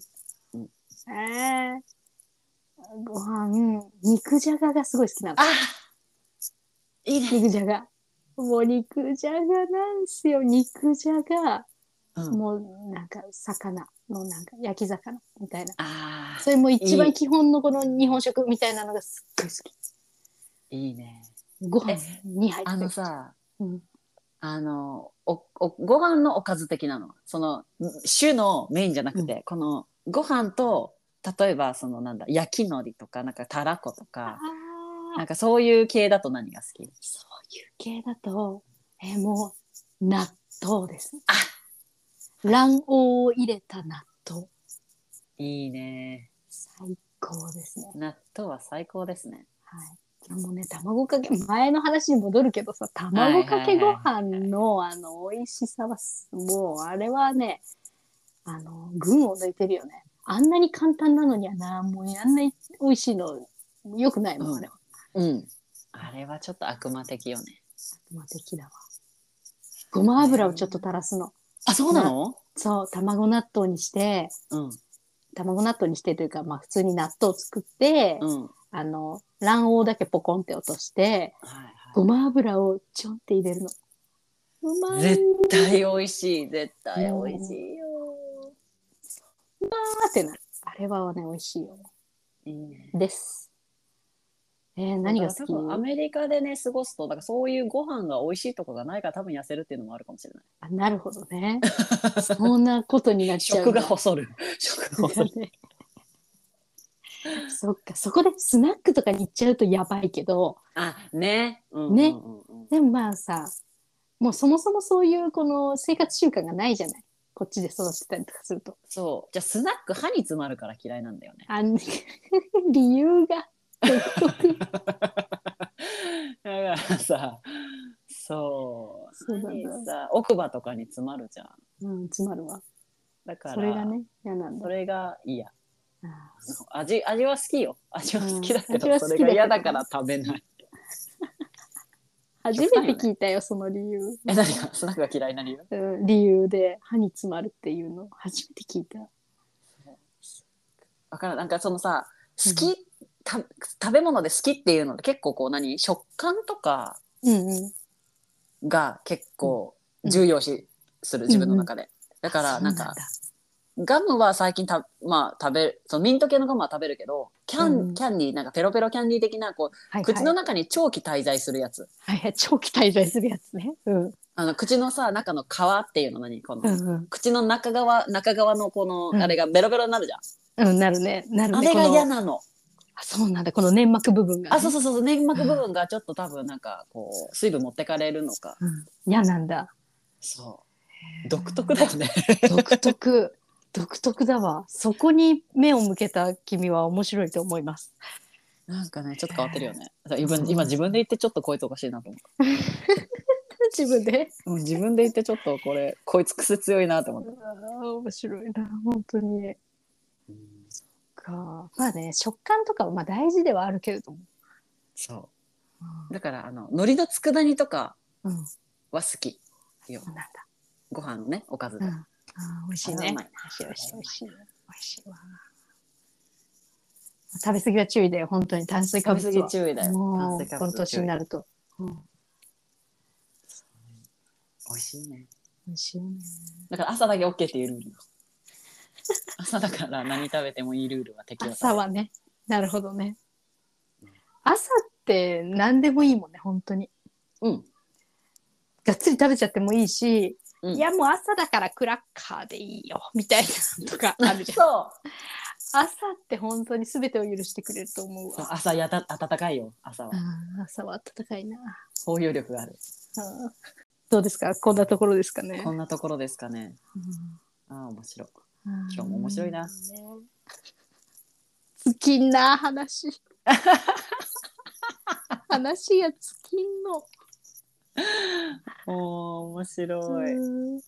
[SPEAKER 2] えー、ご飯肉じゃががすごい好きなのあいいね肉じゃがもう肉じゃがなんすよ肉じゃが、うん、もうなんか魚のなんか焼き魚みたいなあそれも一番基本のこの日本食みたいなのがすっごい好き
[SPEAKER 1] いいね
[SPEAKER 2] ご飯に入って
[SPEAKER 1] あのさ、うん、あのおおご飯のおかず的なのその主のメインじゃなくて、うん、このご飯と例えばそのなんだ焼き海苔とかなんかたらことかなんかそういう系だと何が好き
[SPEAKER 2] そういう系だとえもう納豆ですあ卵黄を入れた納豆
[SPEAKER 1] いいね
[SPEAKER 2] 最高ですね。
[SPEAKER 1] 納豆は最高ですね。
[SPEAKER 2] はい。もうね、卵かけ、前の話に戻るけどさ、卵かけご飯の、あの、美味しさは、もう、あれはね、あの、群を抜いてるよね。あんなに簡単なのにはな、もうあんなに美味しいの、よくないもん、
[SPEAKER 1] うん、
[SPEAKER 2] あれは。
[SPEAKER 1] うん。あれはちょっと悪魔的よね。
[SPEAKER 2] 悪魔的だわ。ごま油をちょっと垂らすの。
[SPEAKER 1] あ、そうなの？
[SPEAKER 2] そう、卵納豆にして、
[SPEAKER 1] うん。
[SPEAKER 2] 卵納豆にしてというか、まあ普通に納豆を作って、
[SPEAKER 1] うん。
[SPEAKER 2] あの、卵黄だけポコンって落として、
[SPEAKER 1] はいはい、
[SPEAKER 2] ごま油をちょんって入れるの。うまい。
[SPEAKER 1] 絶対美味しい。絶対美味しいよ。
[SPEAKER 2] うまーってなる。あれはね、美味しいよ。
[SPEAKER 1] いいね。
[SPEAKER 2] です。えー、何が好き？
[SPEAKER 1] 多分アメリカでね過ごすとだからそういうご飯が美味しいとこがないから多分痩せるっていうのもあるかもしれない。
[SPEAKER 2] あ、なるほどね。そんなことになっちゃう。
[SPEAKER 1] 食が細る。食が細る。
[SPEAKER 2] そっか、そこでスナックとかに行っちゃうとやばいけど。
[SPEAKER 1] あ、ね。うんうんうん、
[SPEAKER 2] ね。でもまあさ、もうそもそもそういうこの生活習慣がないじゃない。こっちで育ってたりとかすると。
[SPEAKER 1] そう。じゃあスナック歯に詰まるから嫌いなんだよね。
[SPEAKER 2] あ理由が独特。
[SPEAKER 1] だからさ、そう。
[SPEAKER 2] そうなんだ。
[SPEAKER 1] さ、奥歯とかに詰まるじゃん。
[SPEAKER 2] うん、詰まるわ。
[SPEAKER 1] だから
[SPEAKER 2] それがね、嫌なんだ。
[SPEAKER 1] それが嫌。
[SPEAKER 2] あ
[SPEAKER 1] 味味は好きよ。味は好きだけど、
[SPEAKER 2] うん、
[SPEAKER 1] それが嫌だから食べない。
[SPEAKER 2] 初めて聞いたよ、その理由。
[SPEAKER 1] え、何がスナックが嫌いな理由？
[SPEAKER 2] うん、理由で歯に詰まるっていうの初めて聞いた。
[SPEAKER 1] わからん、なんかそのさ、好き、うん、た食べ物で好きっていうのって結構こう何食感とかが結構重要視する、うん、自分の中で、うんうん、だからなんかガムは最近た、まあ、食べるそのミント系のガムは食べるけどキャン、うん、キャンディーなんかペロペロキャンディー的なこう、はいはい、口の中に長期滞在するやつ、
[SPEAKER 2] はいはい、長期滞在するやつね、うん、
[SPEAKER 1] あの口のさ中の皮っていうの何この、うんうん、口の中側中側のこの、うん、あれがベロベロになるじゃん、
[SPEAKER 2] うん、なるね、なるね。
[SPEAKER 1] あれが嫌なの。
[SPEAKER 2] あ、そうなんだ。この粘膜部分が、ね、
[SPEAKER 1] あ、そうそうそう、粘膜部分がちょっと多分なんかこう水分持ってかれるのか。
[SPEAKER 2] うん、嫌なんだ。
[SPEAKER 1] そう。独特だよね。
[SPEAKER 2] 独特。独特だわ。そこに目を向けた君は面白いと思います。
[SPEAKER 1] なんかね、ちょっと変わってるよね。今、今自分で言ってちょっとこいつおかしいなと思った。
[SPEAKER 2] 自分で、
[SPEAKER 1] うん、自分で言ってちょっとこれこいつ癖強いなと思った。
[SPEAKER 2] 面白いな本当に。うん、そっか。まあね、食感とかはまあ大事ではあるけれども。
[SPEAKER 1] そう。うん、だからあの海苔の佃煮とかは好きよ。うん、なんだ。ご飯のねおかずで。うん、
[SPEAKER 2] あ、美味しいね。美味しい美味しい美味しい美味しいわ。食べ過ぎは注意だよ本当に。炭水化物は
[SPEAKER 1] 食べ過ぎ注意だよ。
[SPEAKER 2] もうこの年になると。うん、
[SPEAKER 1] 美味しいね。
[SPEAKER 2] 美味しいね。
[SPEAKER 1] だから朝だけ OK っていうルール。朝だから何食べてもいいルールは適用される。
[SPEAKER 2] 朝はね。なるほどね。朝って何でもいいもんね本当に。
[SPEAKER 1] うん。
[SPEAKER 2] がっつり食べちゃってもいいし、うん、いやもう朝だからクラッカーでいいよみたいなとかあるじゃん。そう。朝って本当に全てを許してくれると思うわ。
[SPEAKER 1] 朝やた暖かいよ朝は。
[SPEAKER 2] 朝は暖かいな。
[SPEAKER 1] 包容力がある。
[SPEAKER 2] あ、どうですか？こんなところですかね。
[SPEAKER 1] こんなところですかね。うん、ああ面白い。今日も面白いな。
[SPEAKER 2] 尽きんな話。話が尽きんの。
[SPEAKER 1] おー面白い。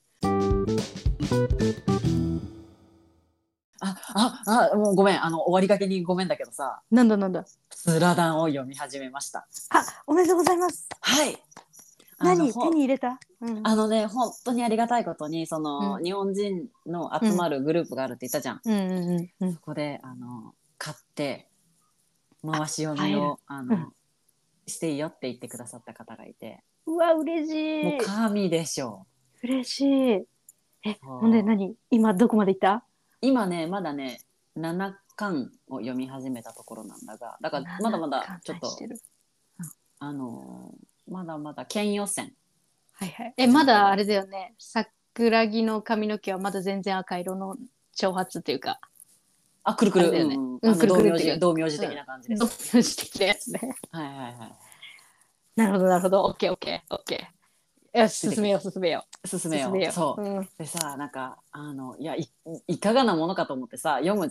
[SPEAKER 1] あああもうごめんあの終わりがけにごめんだけどさ。
[SPEAKER 2] なんだなんだ。
[SPEAKER 1] スラダンを読み始めました。
[SPEAKER 2] あ、おめでとうございます。
[SPEAKER 1] はい。
[SPEAKER 2] 何手に入れた？
[SPEAKER 1] うん、あのね本当にありがたいことにその、うん、日本人の集まるグループがあるって言ったじゃん。
[SPEAKER 2] うんうんうんうん、
[SPEAKER 1] そこであの買って回し読みを あ, あの、うん、していいよって言ってくださった方がいて。
[SPEAKER 2] うわ嬉しい。
[SPEAKER 1] もう神でしょ
[SPEAKER 2] う。嬉しい。え、ほんで何今どこまで行った？
[SPEAKER 1] 今ねまだねななかんを読み始めたところなんだが、だからまだまだちょっと、うん、あのまだまだ県予選。
[SPEAKER 2] はいはい。えまだあれだよね。桜木の髪の毛はまだ全然赤色の長髪っていうか。
[SPEAKER 1] あくるくるだよね。うん、あの道明寺道明寺的な感じです。
[SPEAKER 2] 道明寺的なやつね。
[SPEAKER 1] はいはいはい。
[SPEAKER 2] なるほどなるほど。オッケーオッケーオッケー。よし進めよう進めよ
[SPEAKER 1] う進めよう。そう、うん、でさなんかあのいや い, いかがなものかと思ってさ読むじゃん、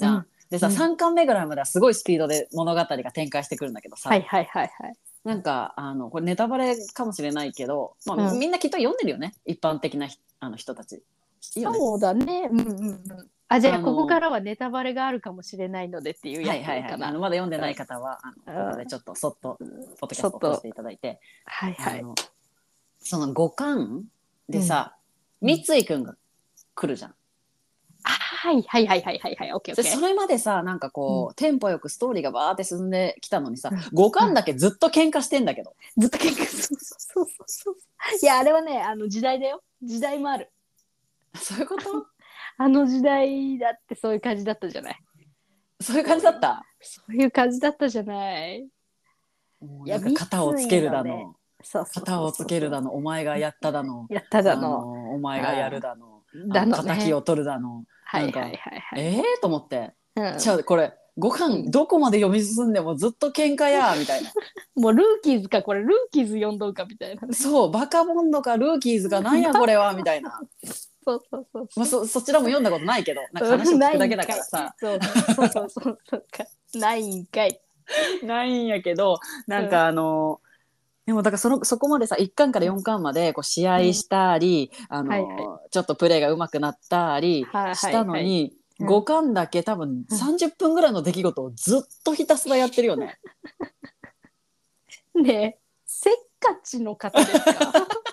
[SPEAKER 1] でさ、
[SPEAKER 2] うん
[SPEAKER 1] さんかんめぐらいまではすごいスピードで物語が展開してくるんだけどさ、
[SPEAKER 2] はいはいはいはい。
[SPEAKER 1] なんかあのこれネタバレかもしれないけど、まあ
[SPEAKER 2] うん
[SPEAKER 1] みんなきっと読んでるよね、一般的なひあの人たち。いいよね。
[SPEAKER 2] そうだね。うんうんうん。あ、じゃあ、
[SPEAKER 1] あの
[SPEAKER 2] ここからはネタバレがあるかもしれないのでっていうや
[SPEAKER 1] はいはいはい。
[SPEAKER 2] つかな。
[SPEAKER 1] あのまだ読んでない方は、あのここ
[SPEAKER 2] うん
[SPEAKER 1] でちょっとそっとポッドキャ
[SPEAKER 2] ちょっと、
[SPEAKER 1] ストを通していただいて、
[SPEAKER 2] はいはい。
[SPEAKER 1] あのその五巻でさ、
[SPEAKER 2] うん
[SPEAKER 1] 三井くんが来るじゃん。
[SPEAKER 2] あはいはいはいはいはいはい。オッケーオッケー。
[SPEAKER 1] でそれまでさ、なんかこう、
[SPEAKER 2] うん
[SPEAKER 1] テンポよくストーリーがバーって進んできたのにさ、
[SPEAKER 2] うん
[SPEAKER 1] 五巻だけずっと喧嘩してんだけど。
[SPEAKER 2] ずっと喧嘩そうそうそうそうそう。いや、あれはね、あの時代だよ。時代もある。
[SPEAKER 1] そういうこと？
[SPEAKER 2] あの時代だってそういう感じだったじゃない。
[SPEAKER 1] そういう感じだった？
[SPEAKER 2] そういう感じだったじゃない。いや、
[SPEAKER 1] もうなんか
[SPEAKER 2] 三
[SPEAKER 1] 肩をつける
[SPEAKER 2] 井のね、
[SPEAKER 1] だの、
[SPEAKER 2] そうそう
[SPEAKER 1] 肩をつけるだの、お前がやっただの、
[SPEAKER 2] やっただ
[SPEAKER 1] あ
[SPEAKER 2] の、
[SPEAKER 1] のお前がやるだの、あ
[SPEAKER 2] だのね。
[SPEAKER 1] の敵を取るだの、
[SPEAKER 2] はいはい
[SPEAKER 1] なんか、
[SPEAKER 2] はいはい。
[SPEAKER 1] ええー、と思って、
[SPEAKER 2] うん
[SPEAKER 1] じゃあこれ五巻どこまで読み進んでもずっと喧嘩やみたいな。
[SPEAKER 2] もうルーキーズかこれルーキーズ読んどうかみたいなね。
[SPEAKER 1] そう、バカボンドかルーキーズかなんやこれはみたいな。
[SPEAKER 2] そうそうそう
[SPEAKER 1] まあ、
[SPEAKER 2] そう。
[SPEAKER 1] そそちらも読んだことないけど、なんか話を聞くだけだからさ。
[SPEAKER 2] そうそうそうそうそうか。ないんかい。
[SPEAKER 1] ないんやけど、なんかあの、でもだからそのそこまでさいっかんからよんかんまでこう試合したり、あの、
[SPEAKER 2] はいはい
[SPEAKER 1] ちょっとプレーが上手くなったり
[SPEAKER 2] はい
[SPEAKER 1] したのに、
[SPEAKER 2] はいはいうん
[SPEAKER 1] ごかんだけ多分さんじゅっぷんぐらいの出来事をずっとひたすらやってるよね。
[SPEAKER 2] ねえ、せっかちの方ですか？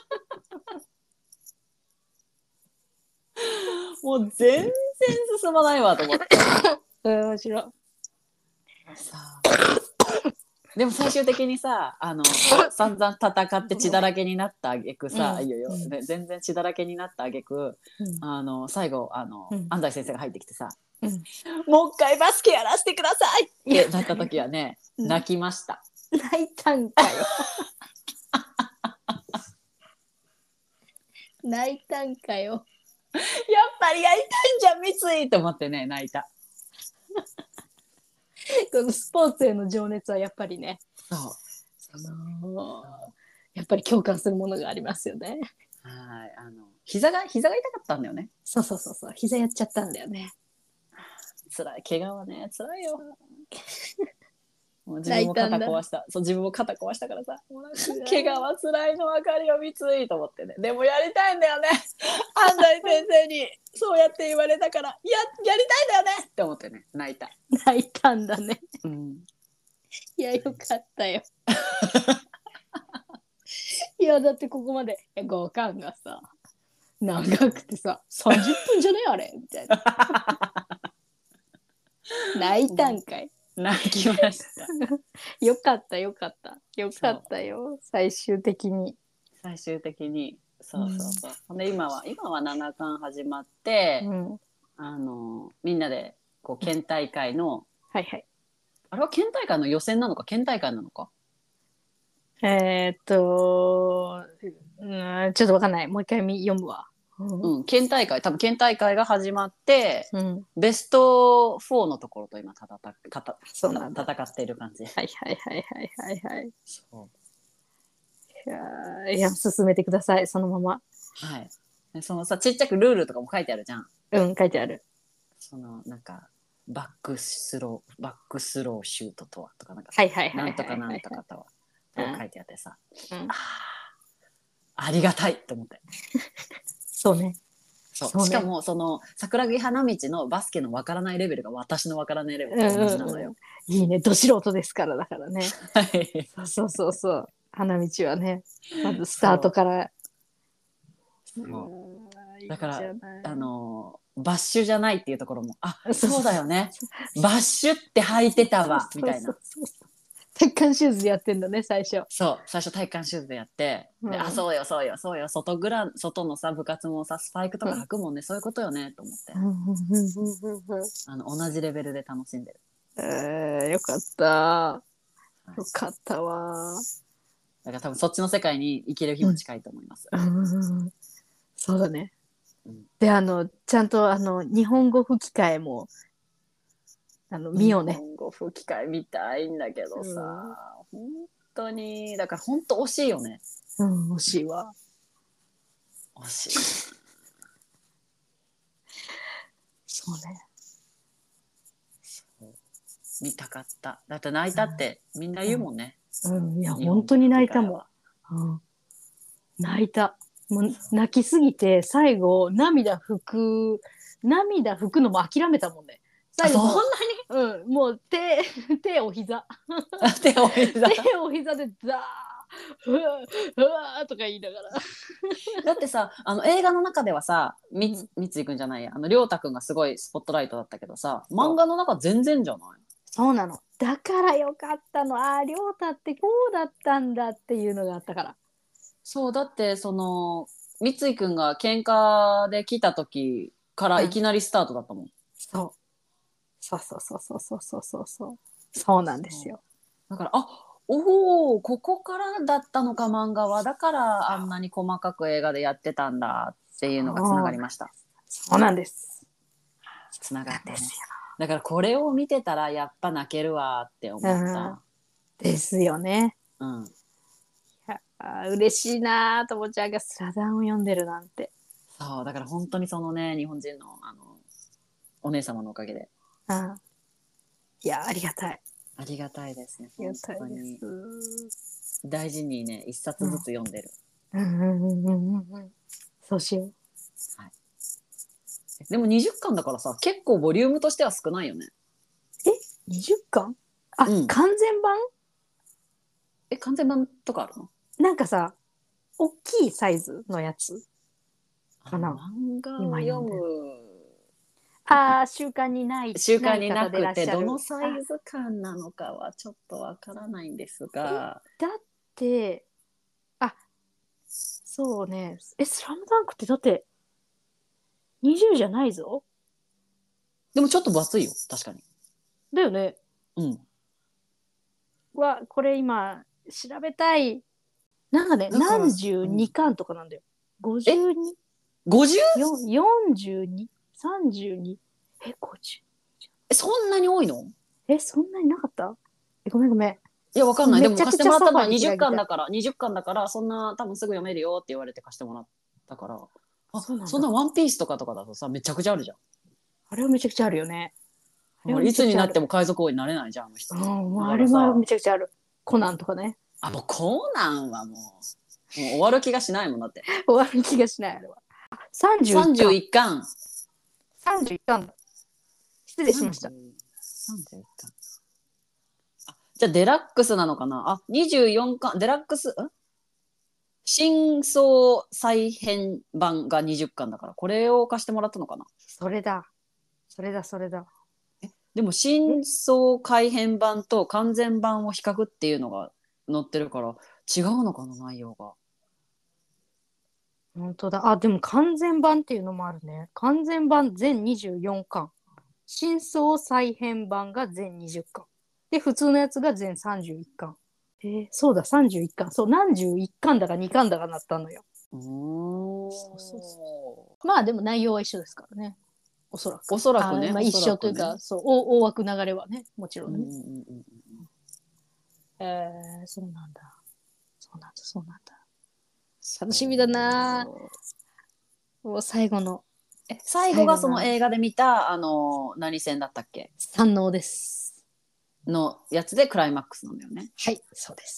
[SPEAKER 1] もう全然進まないわと思って。
[SPEAKER 2] うん面白い。
[SPEAKER 1] さあでも最終的にさ、あの散々戦って血だらけになった挙句さ、
[SPEAKER 2] うん
[SPEAKER 1] いいよよ、
[SPEAKER 2] うん
[SPEAKER 1] ね、全然血だらけになった挙句、
[SPEAKER 2] うん
[SPEAKER 1] あの最後あの、
[SPEAKER 2] うん
[SPEAKER 1] 安西先生が入ってきてさ、
[SPEAKER 2] うん
[SPEAKER 1] もう一回バスケやらせてくださいっ
[SPEAKER 2] いや
[SPEAKER 1] てなった時はね、
[SPEAKER 2] うん
[SPEAKER 1] 泣きました。
[SPEAKER 2] 泣いたんかよ。泣いたんかよ。
[SPEAKER 1] やっぱりやりたいんじゃん三井と思ってね泣いた。
[SPEAKER 2] このスポーツへの情熱はやっぱりね、
[SPEAKER 1] そう
[SPEAKER 2] そのやっぱり共感するものがありますよね。
[SPEAKER 1] はいあの膝が膝が痛かったんだよね。
[SPEAKER 2] そうそうそうそう、膝やっちゃったんだよね。
[SPEAKER 1] 辛い、怪我はね辛いよ。もう自分も肩壊した。そう自分も肩壊したからさ、もうなんか怪我は辛いの分かるよ三井と思ってね。でもやりたいんだよね。安西先生にそうやって言われたからややりたいんだよねって思ってね泣いた。
[SPEAKER 2] 泣いたんだね。
[SPEAKER 1] うん、
[SPEAKER 2] いやよかったよ。いやだってここまでいやごかんがさ長くてささんじゅっぷんじゃねあれみたいな。泣いたんかい。
[SPEAKER 1] 泣きました。
[SPEAKER 2] よかったよかったよかったよ最終的に。
[SPEAKER 1] 最終的にそうそうそう。ほんで今は今はななかん始まって、
[SPEAKER 2] うん、
[SPEAKER 1] あのみんなでこう県大会の、
[SPEAKER 2] はいはい。
[SPEAKER 1] あれは県大会の予選なのか県大会なのか。
[SPEAKER 2] えー、っと、うん、ちょっとわかんない。もう一回読むわ。
[SPEAKER 1] うん、県大会多分県大会が始まって、
[SPEAKER 2] うん、
[SPEAKER 1] ベストフォーのところと今戦たた
[SPEAKER 2] そうなんだ。
[SPEAKER 1] 戦っている感じ。
[SPEAKER 2] はいはいはいはいはいはい。
[SPEAKER 1] そう
[SPEAKER 2] いやいや進めてくださいそのまま。
[SPEAKER 1] はい。でそのさちっちゃくルールとかも書いてあるじゃん。
[SPEAKER 2] うん書いてある。
[SPEAKER 1] そのなんかバックスローバックスローシュートとはとかなんか
[SPEAKER 2] はいはいはいはい
[SPEAKER 1] なんとかなんとかとはとか書いてあってさ、
[SPEAKER 2] うん、
[SPEAKER 1] あありがたいと思って。
[SPEAKER 2] そうね。
[SPEAKER 1] そう
[SPEAKER 2] そうね、
[SPEAKER 1] しかもその桜木花道のバスケのわからないレベルが私のわからないレベルと同じなのよ。
[SPEAKER 2] うんうんうん、いいねど素人ですからだからね。
[SPEAKER 1] はい。
[SPEAKER 2] そうそうそう花道はねまずスタートから。
[SPEAKER 1] そうだからあのバッシュじゃないっていうところもあそうだよねバッシュって履いてたわみたいな。
[SPEAKER 2] 体幹シューズでやってんだね最初。
[SPEAKER 1] そう最初体幹シューズでやって、うん、であそうよそうよそうよ外グラ外のさ部活もさスパイクとか履くもんね、うん、そういうことよねと思って、あの同じレベルで楽しんでる。
[SPEAKER 2] えー、よかったよかったわ。
[SPEAKER 1] だから多分そっちの世界に生きる日も近いと思います。
[SPEAKER 2] うん、そうだね、
[SPEAKER 1] うん、
[SPEAKER 2] であのちゃんとあの日本語吹き替えもあの見ようね。
[SPEAKER 1] 日本語吹き替え見たいんだけどさ、うん、本当にだから本当惜しいよね。
[SPEAKER 2] うん惜しいわ。
[SPEAKER 1] 惜しい。
[SPEAKER 2] そうね。
[SPEAKER 1] 見たかった。だって泣いたってみんな言うもんね。
[SPEAKER 2] うん、うん、いや本当に泣いたもん、うん、泣いた。もう泣きすぎて最後涙拭く涙拭くのも諦めたもんね。最後
[SPEAKER 1] そん
[SPEAKER 2] なに、うん、もう手手お膝
[SPEAKER 1] 手お膝
[SPEAKER 2] 手お膝でザーふわふわとか言いながら
[SPEAKER 1] だってさ、あの映画の中ではさ、みつ、三井くんじゃないや、あの亮太くんがすごいスポットライトだったけどさ、漫画の中全然じゃない？
[SPEAKER 2] そうなの。だからよかったの。ああ、亮太ってこうだったんだっていうのがあったから。
[SPEAKER 1] そうだって、その三井くんが喧嘩で来た時からいきなりスタートだったもん、うん、
[SPEAKER 2] そうそうそうそうそうそうそうそうそうそうなんですよ。
[SPEAKER 1] だから、あ、おお、ここからだったのか漫画は。だからあんなに細かく映画でやってたんだっていうのがつながりました。
[SPEAKER 2] そうなんです。
[SPEAKER 1] つながったね。だからこれを見てたらやっぱ泣けるわって思った、うん、
[SPEAKER 2] ですよね。
[SPEAKER 1] うん。
[SPEAKER 2] あ、嬉しいな、ともちゃんがスラダンを読んでるなんて。
[SPEAKER 1] そうだから本当にそのね、日本人のあのお姉様のおかげで、
[SPEAKER 2] ああ、いや、ありがたい。
[SPEAKER 1] ありがたいですね。
[SPEAKER 2] ありがたいです。
[SPEAKER 1] 大事にね、一冊ずつ読んでる。
[SPEAKER 2] うんうんうんうんうん。そうしよう。
[SPEAKER 1] はい。でもにじゅっかんだからさ、結構ボリュームとしては少ないよね。
[SPEAKER 2] え、にじゅっかん？あ、うん、完全版？
[SPEAKER 1] え、完全版とかあるの？
[SPEAKER 2] なんかさ、大きいサイズのやつかな。
[SPEAKER 1] 漫画を読む。
[SPEAKER 2] ああ、習慣にない。
[SPEAKER 1] 習慣になくて、どのサイズ感なのかはちょっとわからないんですが。
[SPEAKER 2] だって、あ、そうね。え、スラムダンクってだって、にじゅうじゃないぞ。
[SPEAKER 1] でもちょっと分厚いよ、確かに。
[SPEAKER 2] だよね。
[SPEAKER 1] うん。
[SPEAKER 2] わ、これ今、調べたい。なんかね、何十にかんとかなんだよ。ごじゅうに。
[SPEAKER 1] ごじゅう？
[SPEAKER 2] よんじゅうに、さんじゅうに。え、ごじゅう。
[SPEAKER 1] え、そんなに多いの？
[SPEAKER 2] え、そんなになかった？え、ごめんごめん。
[SPEAKER 1] いや、わかんない。でも貸してもらったのはにじゅっかんだから、にじゅっかんだから、そんな多分すぐ読めるよって言われて貸してもらったから。あ、そんな、そんなワンピースとかとかだとさ、めちゃくちゃあるじゃん。
[SPEAKER 2] あれはめちゃくちゃあるよね。
[SPEAKER 1] いつになっても海賊王になれないじゃん、あの人。
[SPEAKER 2] うん、あれはめちゃくちゃある。コナンとかね。
[SPEAKER 1] あ、もうコナンはもう、もう終わる気がしないもんだって。
[SPEAKER 2] 終わる気がしない、あれは。さんじゅういっかん。さんじゅういっかん。失礼しました。
[SPEAKER 1] さんじゅういっかん。あ、じゃあデラックスなのかなあ、にじゅうよんかん、デラックス、ん新装再編版がにじゅっかんだから、これを貸してもらったのかな。
[SPEAKER 2] それだ。それだ、それだ。
[SPEAKER 1] え、でも新装改編版と完全版を比較っていうのが載ってるから違うのかな、内容が。
[SPEAKER 2] 本当だ。あ、でも完全版っていうのもあるね。完全版全にじゅうよんかん。新装再編版が全にじゅっかん。で、普通のやつが全さんじゅういっかん。えー、そうだ、さんじゅういっかん。そう、何十いっかんだかにかんだかなったのよ。
[SPEAKER 1] うーん。
[SPEAKER 2] そうそうそう。まあでも内容は一緒ですからね。おそらく。
[SPEAKER 1] おそらくね。
[SPEAKER 2] まあ、一緒というか、ね、そう、大枠流れはね、もちろんね。うんうんうんうん、えー、そうなんだ。そうなんだ、そうなんだ。楽しみだな。もう最後の。
[SPEAKER 1] え、最後がその映画で見た、あの、何戦だったっけ？
[SPEAKER 2] 山王です。
[SPEAKER 1] のやつでクライマックスなんだよね。
[SPEAKER 2] はい、そうです。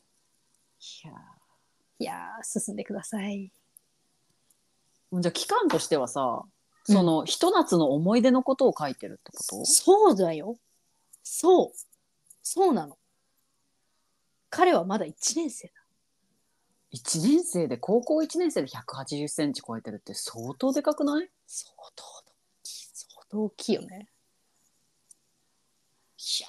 [SPEAKER 2] いやいや進んでください。
[SPEAKER 1] じゃあ期間としてはさ、その、うん、ひと夏の思い出のことを書いてるってこと？
[SPEAKER 2] そうだよ。そう。そうなの。彼はまだいちねん生だ。
[SPEAKER 1] いちねん生で、高校いちねん生でひゃくはちじゅっセンチ超えてるって相当でかくない？
[SPEAKER 2] 相当大きい。相当大きいよね。
[SPEAKER 1] いや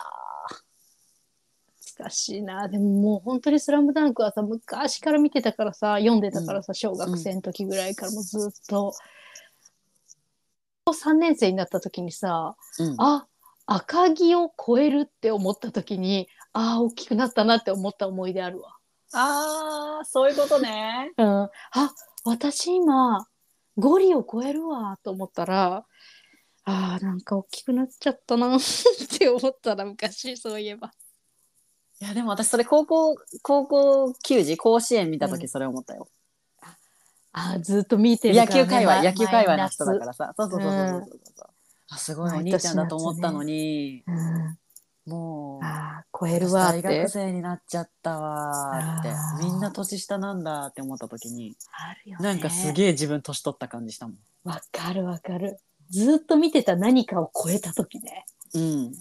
[SPEAKER 2] ー。難しいな。でももう本当にスラムダンクはさ、昔から見てたからさ、読んでたからさ、小学生の時ぐらいからもうずっと、うん、さんねん生になった時にさ、うん、あ、赤城を超えるって思った時に、ああ、大きくなったなって思った思い出あるわ。
[SPEAKER 1] ああ、そういうことね。
[SPEAKER 2] うん。あ、私今、ゴリを超えるわと思ったら、あー、なんか大きくなっちゃったなって思ったら、昔、そういえば。
[SPEAKER 1] いや、でも私それ高校、高校球児、甲子園見た時それ思ったよ。
[SPEAKER 2] うん、ああ、ずっと見てるから、ね、
[SPEAKER 1] 野球界隈、野球界隈の人だからさ。そうそうそうそうそうそう、うん。あ、すごいお兄ちゃんだと思ったのに。
[SPEAKER 2] うん、
[SPEAKER 1] もう
[SPEAKER 2] あ超えるわって。
[SPEAKER 1] 大学生になっちゃったわって、みんな年下なんだって思った時に、
[SPEAKER 2] あるよね、
[SPEAKER 1] なんかすげえ自分年取った感じしたもん。
[SPEAKER 2] わかるわかる。ずっと見てた何かを超えた時ね。
[SPEAKER 1] うん。
[SPEAKER 2] あるね。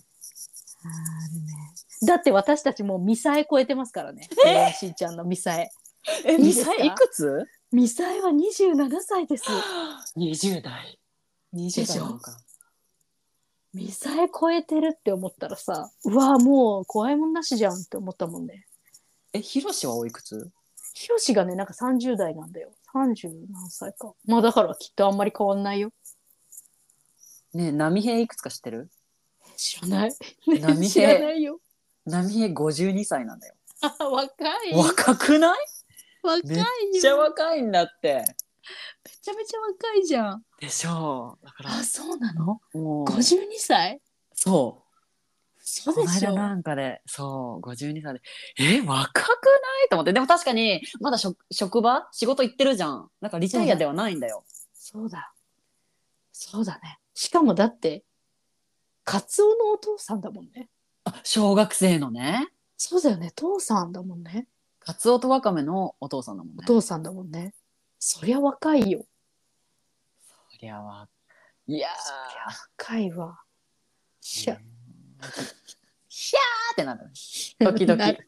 [SPEAKER 2] だって私たちもうミサエ超えてますからね。えしんちゃんのミサエ。
[SPEAKER 1] え、ミサイいくつ？
[SPEAKER 2] ミサエはにじゅうななさいです。
[SPEAKER 1] にじゅう代。にじゅう代なのか。
[SPEAKER 2] ミサエ超えてるって思ったらさ、うわもう怖いもんなしじゃんって思ったもんね。
[SPEAKER 1] え、ヒロシはおいくつ？
[SPEAKER 2] ヒロシがね、なんかさんじゅう代なんだよ。さんじゅう何歳か。まあだからきっとあんまり変わんないよ。
[SPEAKER 1] ねえ、波平いくつか知ってる？
[SPEAKER 2] 知らない。
[SPEAKER 1] 波
[SPEAKER 2] 知らな
[SPEAKER 1] 平、
[SPEAKER 2] いよ。
[SPEAKER 1] 波平ごじゅうにさいなんだよ。
[SPEAKER 2] あ、若い。
[SPEAKER 1] 若くない？
[SPEAKER 2] 若いよ。
[SPEAKER 1] めっちゃ若いんだって。
[SPEAKER 2] めちゃめちゃ若いじゃん。
[SPEAKER 1] でしょう。だから。
[SPEAKER 2] あ、そうなの？
[SPEAKER 1] もう
[SPEAKER 2] ごじゅうにさい？
[SPEAKER 1] そう。
[SPEAKER 2] そうでしょ。
[SPEAKER 1] この間なんかで、そう、ごじゅうにさいで、え、若くないと思って。でも確かに、まだ職職場仕事行ってるじゃん。なんかリタイアではないんだよ。
[SPEAKER 2] そうだ。そうだね。しかもだって、カツオのお父さんだもんね。
[SPEAKER 1] あ、小学生のね。
[SPEAKER 2] そうだよね。父さんだもんね。
[SPEAKER 1] カツオとワカメのお父さんだもんね。
[SPEAKER 2] お父さんだもんね。そりゃ若いよ。
[SPEAKER 1] そりゃわ。いやー。
[SPEAKER 2] そりゃ若いわ。しゃ。
[SPEAKER 1] ひゃーってなる。時々。
[SPEAKER 2] あ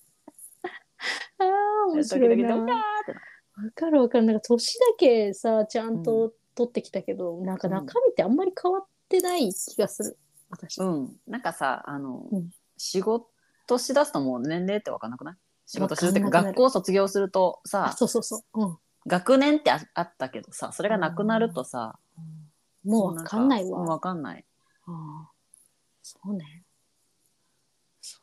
[SPEAKER 2] あ、面白いな。
[SPEAKER 1] 時々ドカーってなる。
[SPEAKER 2] わかるわかる。なんか年だけさ、ちゃんと取ってきたけど、うん、なんか中身ってあんまり変わってない気がする。私。
[SPEAKER 1] うん。なんかさ、あの、
[SPEAKER 2] うん、仕
[SPEAKER 1] 事しだすともう年齢って分かんなくない？仕事するってか学校卒業するとさ、
[SPEAKER 2] そうそうそう、うん、
[SPEAKER 1] 学年って あ, あったけどさ、それがなくなるとさ、
[SPEAKER 2] うん、もう分かんないわ。
[SPEAKER 1] もう分かんない。
[SPEAKER 2] ああ、そうね。
[SPEAKER 1] そう。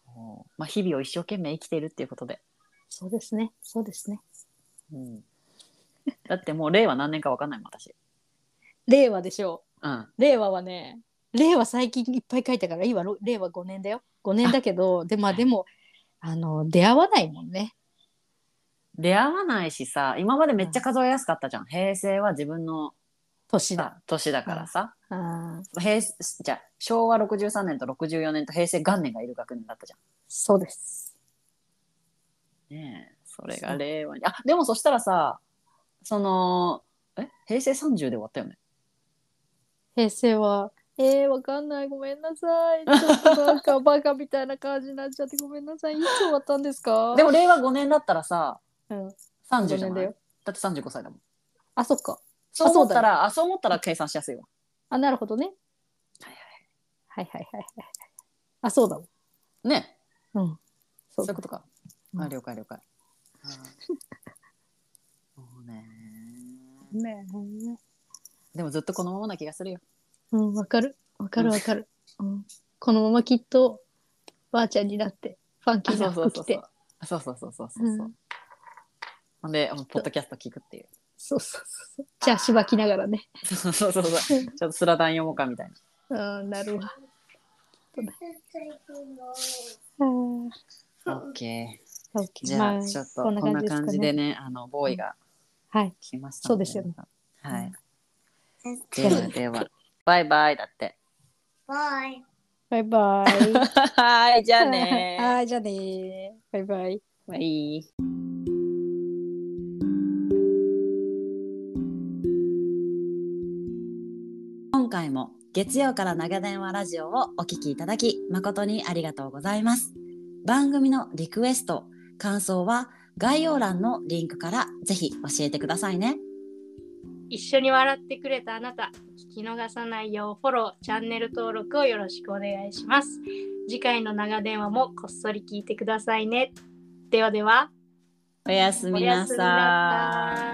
[SPEAKER 1] まあ日々を一生懸命生きているっていうことで。
[SPEAKER 2] そうですね。そうですね。
[SPEAKER 1] うん。だってもう令和何年か分かんないもん私。
[SPEAKER 2] 令和でしょう。
[SPEAKER 1] うん。
[SPEAKER 2] 令和はね、令和最近いっぱい書いたから今令和ごねんだよ。ごねんだけど、でまあでもあの出会わないもんね。
[SPEAKER 1] 出会わないしさ、今までめっちゃ数えやすかったじゃん。平成は自分の
[SPEAKER 2] 年だ。
[SPEAKER 1] 年だからさ。
[SPEAKER 2] ああ、
[SPEAKER 1] 平じゃあ昭和ろくじゅうさんねんとろくじゅうよねんと平成元年がいる学年だったじゃん。
[SPEAKER 2] そうです。
[SPEAKER 1] ねえ、それが令和に。あ、でもそしたらさ、そのえ平成さんじゅうで終わったよね。
[SPEAKER 2] 平成はえー、わかんない、ごめんなさい。ちょっとなんかバカみたいな感じになっちゃってごめんなさい。いつ終わったんですか？
[SPEAKER 1] でも令和ごねんだったらさ、
[SPEAKER 2] うん、
[SPEAKER 1] さんじゅうじゃない？
[SPEAKER 2] だよ。
[SPEAKER 1] だってさんじゅうごさいだもん。
[SPEAKER 2] あ、そっか。
[SPEAKER 1] そう思ったら、あ、そう思ったら計算しやすいわ。
[SPEAKER 2] あ、なるほどね。
[SPEAKER 1] はい
[SPEAKER 2] はいはいはいはい。あ、そうだも
[SPEAKER 1] ん。ね。
[SPEAKER 2] うん。
[SPEAKER 1] そういうことか。
[SPEAKER 2] うん、
[SPEAKER 1] あ、了解了解。そうね。
[SPEAKER 2] ね。
[SPEAKER 1] でもずっとこのままな気がするよ。
[SPEAKER 2] うん、わかる。わかるわかる。うん。このままきっとばあちゃんになってファンキーな服着て。
[SPEAKER 1] そうそうそうそうそうそうそう。ほんでポッドキャスト聞くっていう。
[SPEAKER 2] そうそうそう。じゃあしばきながらね。
[SPEAKER 1] そうそうそうそう。ちょっとスラダン読もうかみたい
[SPEAKER 2] な。うん、なるわ。
[SPEAKER 1] オッケー。じゃあちょっとこんな感じでね、あのボーイが来ましたので。そうですよね。はい。ではではバイバイだって。
[SPEAKER 3] バイ。
[SPEAKER 2] バイバイ。
[SPEAKER 1] はい、じゃあね。
[SPEAKER 2] はい、じゃあね。バイバイ。
[SPEAKER 1] バイ。今回も月曜から長電話ラジオをお聞きいただき誠にありがとうございます。番組のリクエスト、感想は概要欄のリンクからぜひ教えてくださいね。
[SPEAKER 3] 一緒に笑ってくれたあなた、聞き逃さないようフォロー、チャンネル登録をよろしくお願いします。次回の長電話もこっそり聞いてくださいね。ではでは、
[SPEAKER 1] おやすみなさい。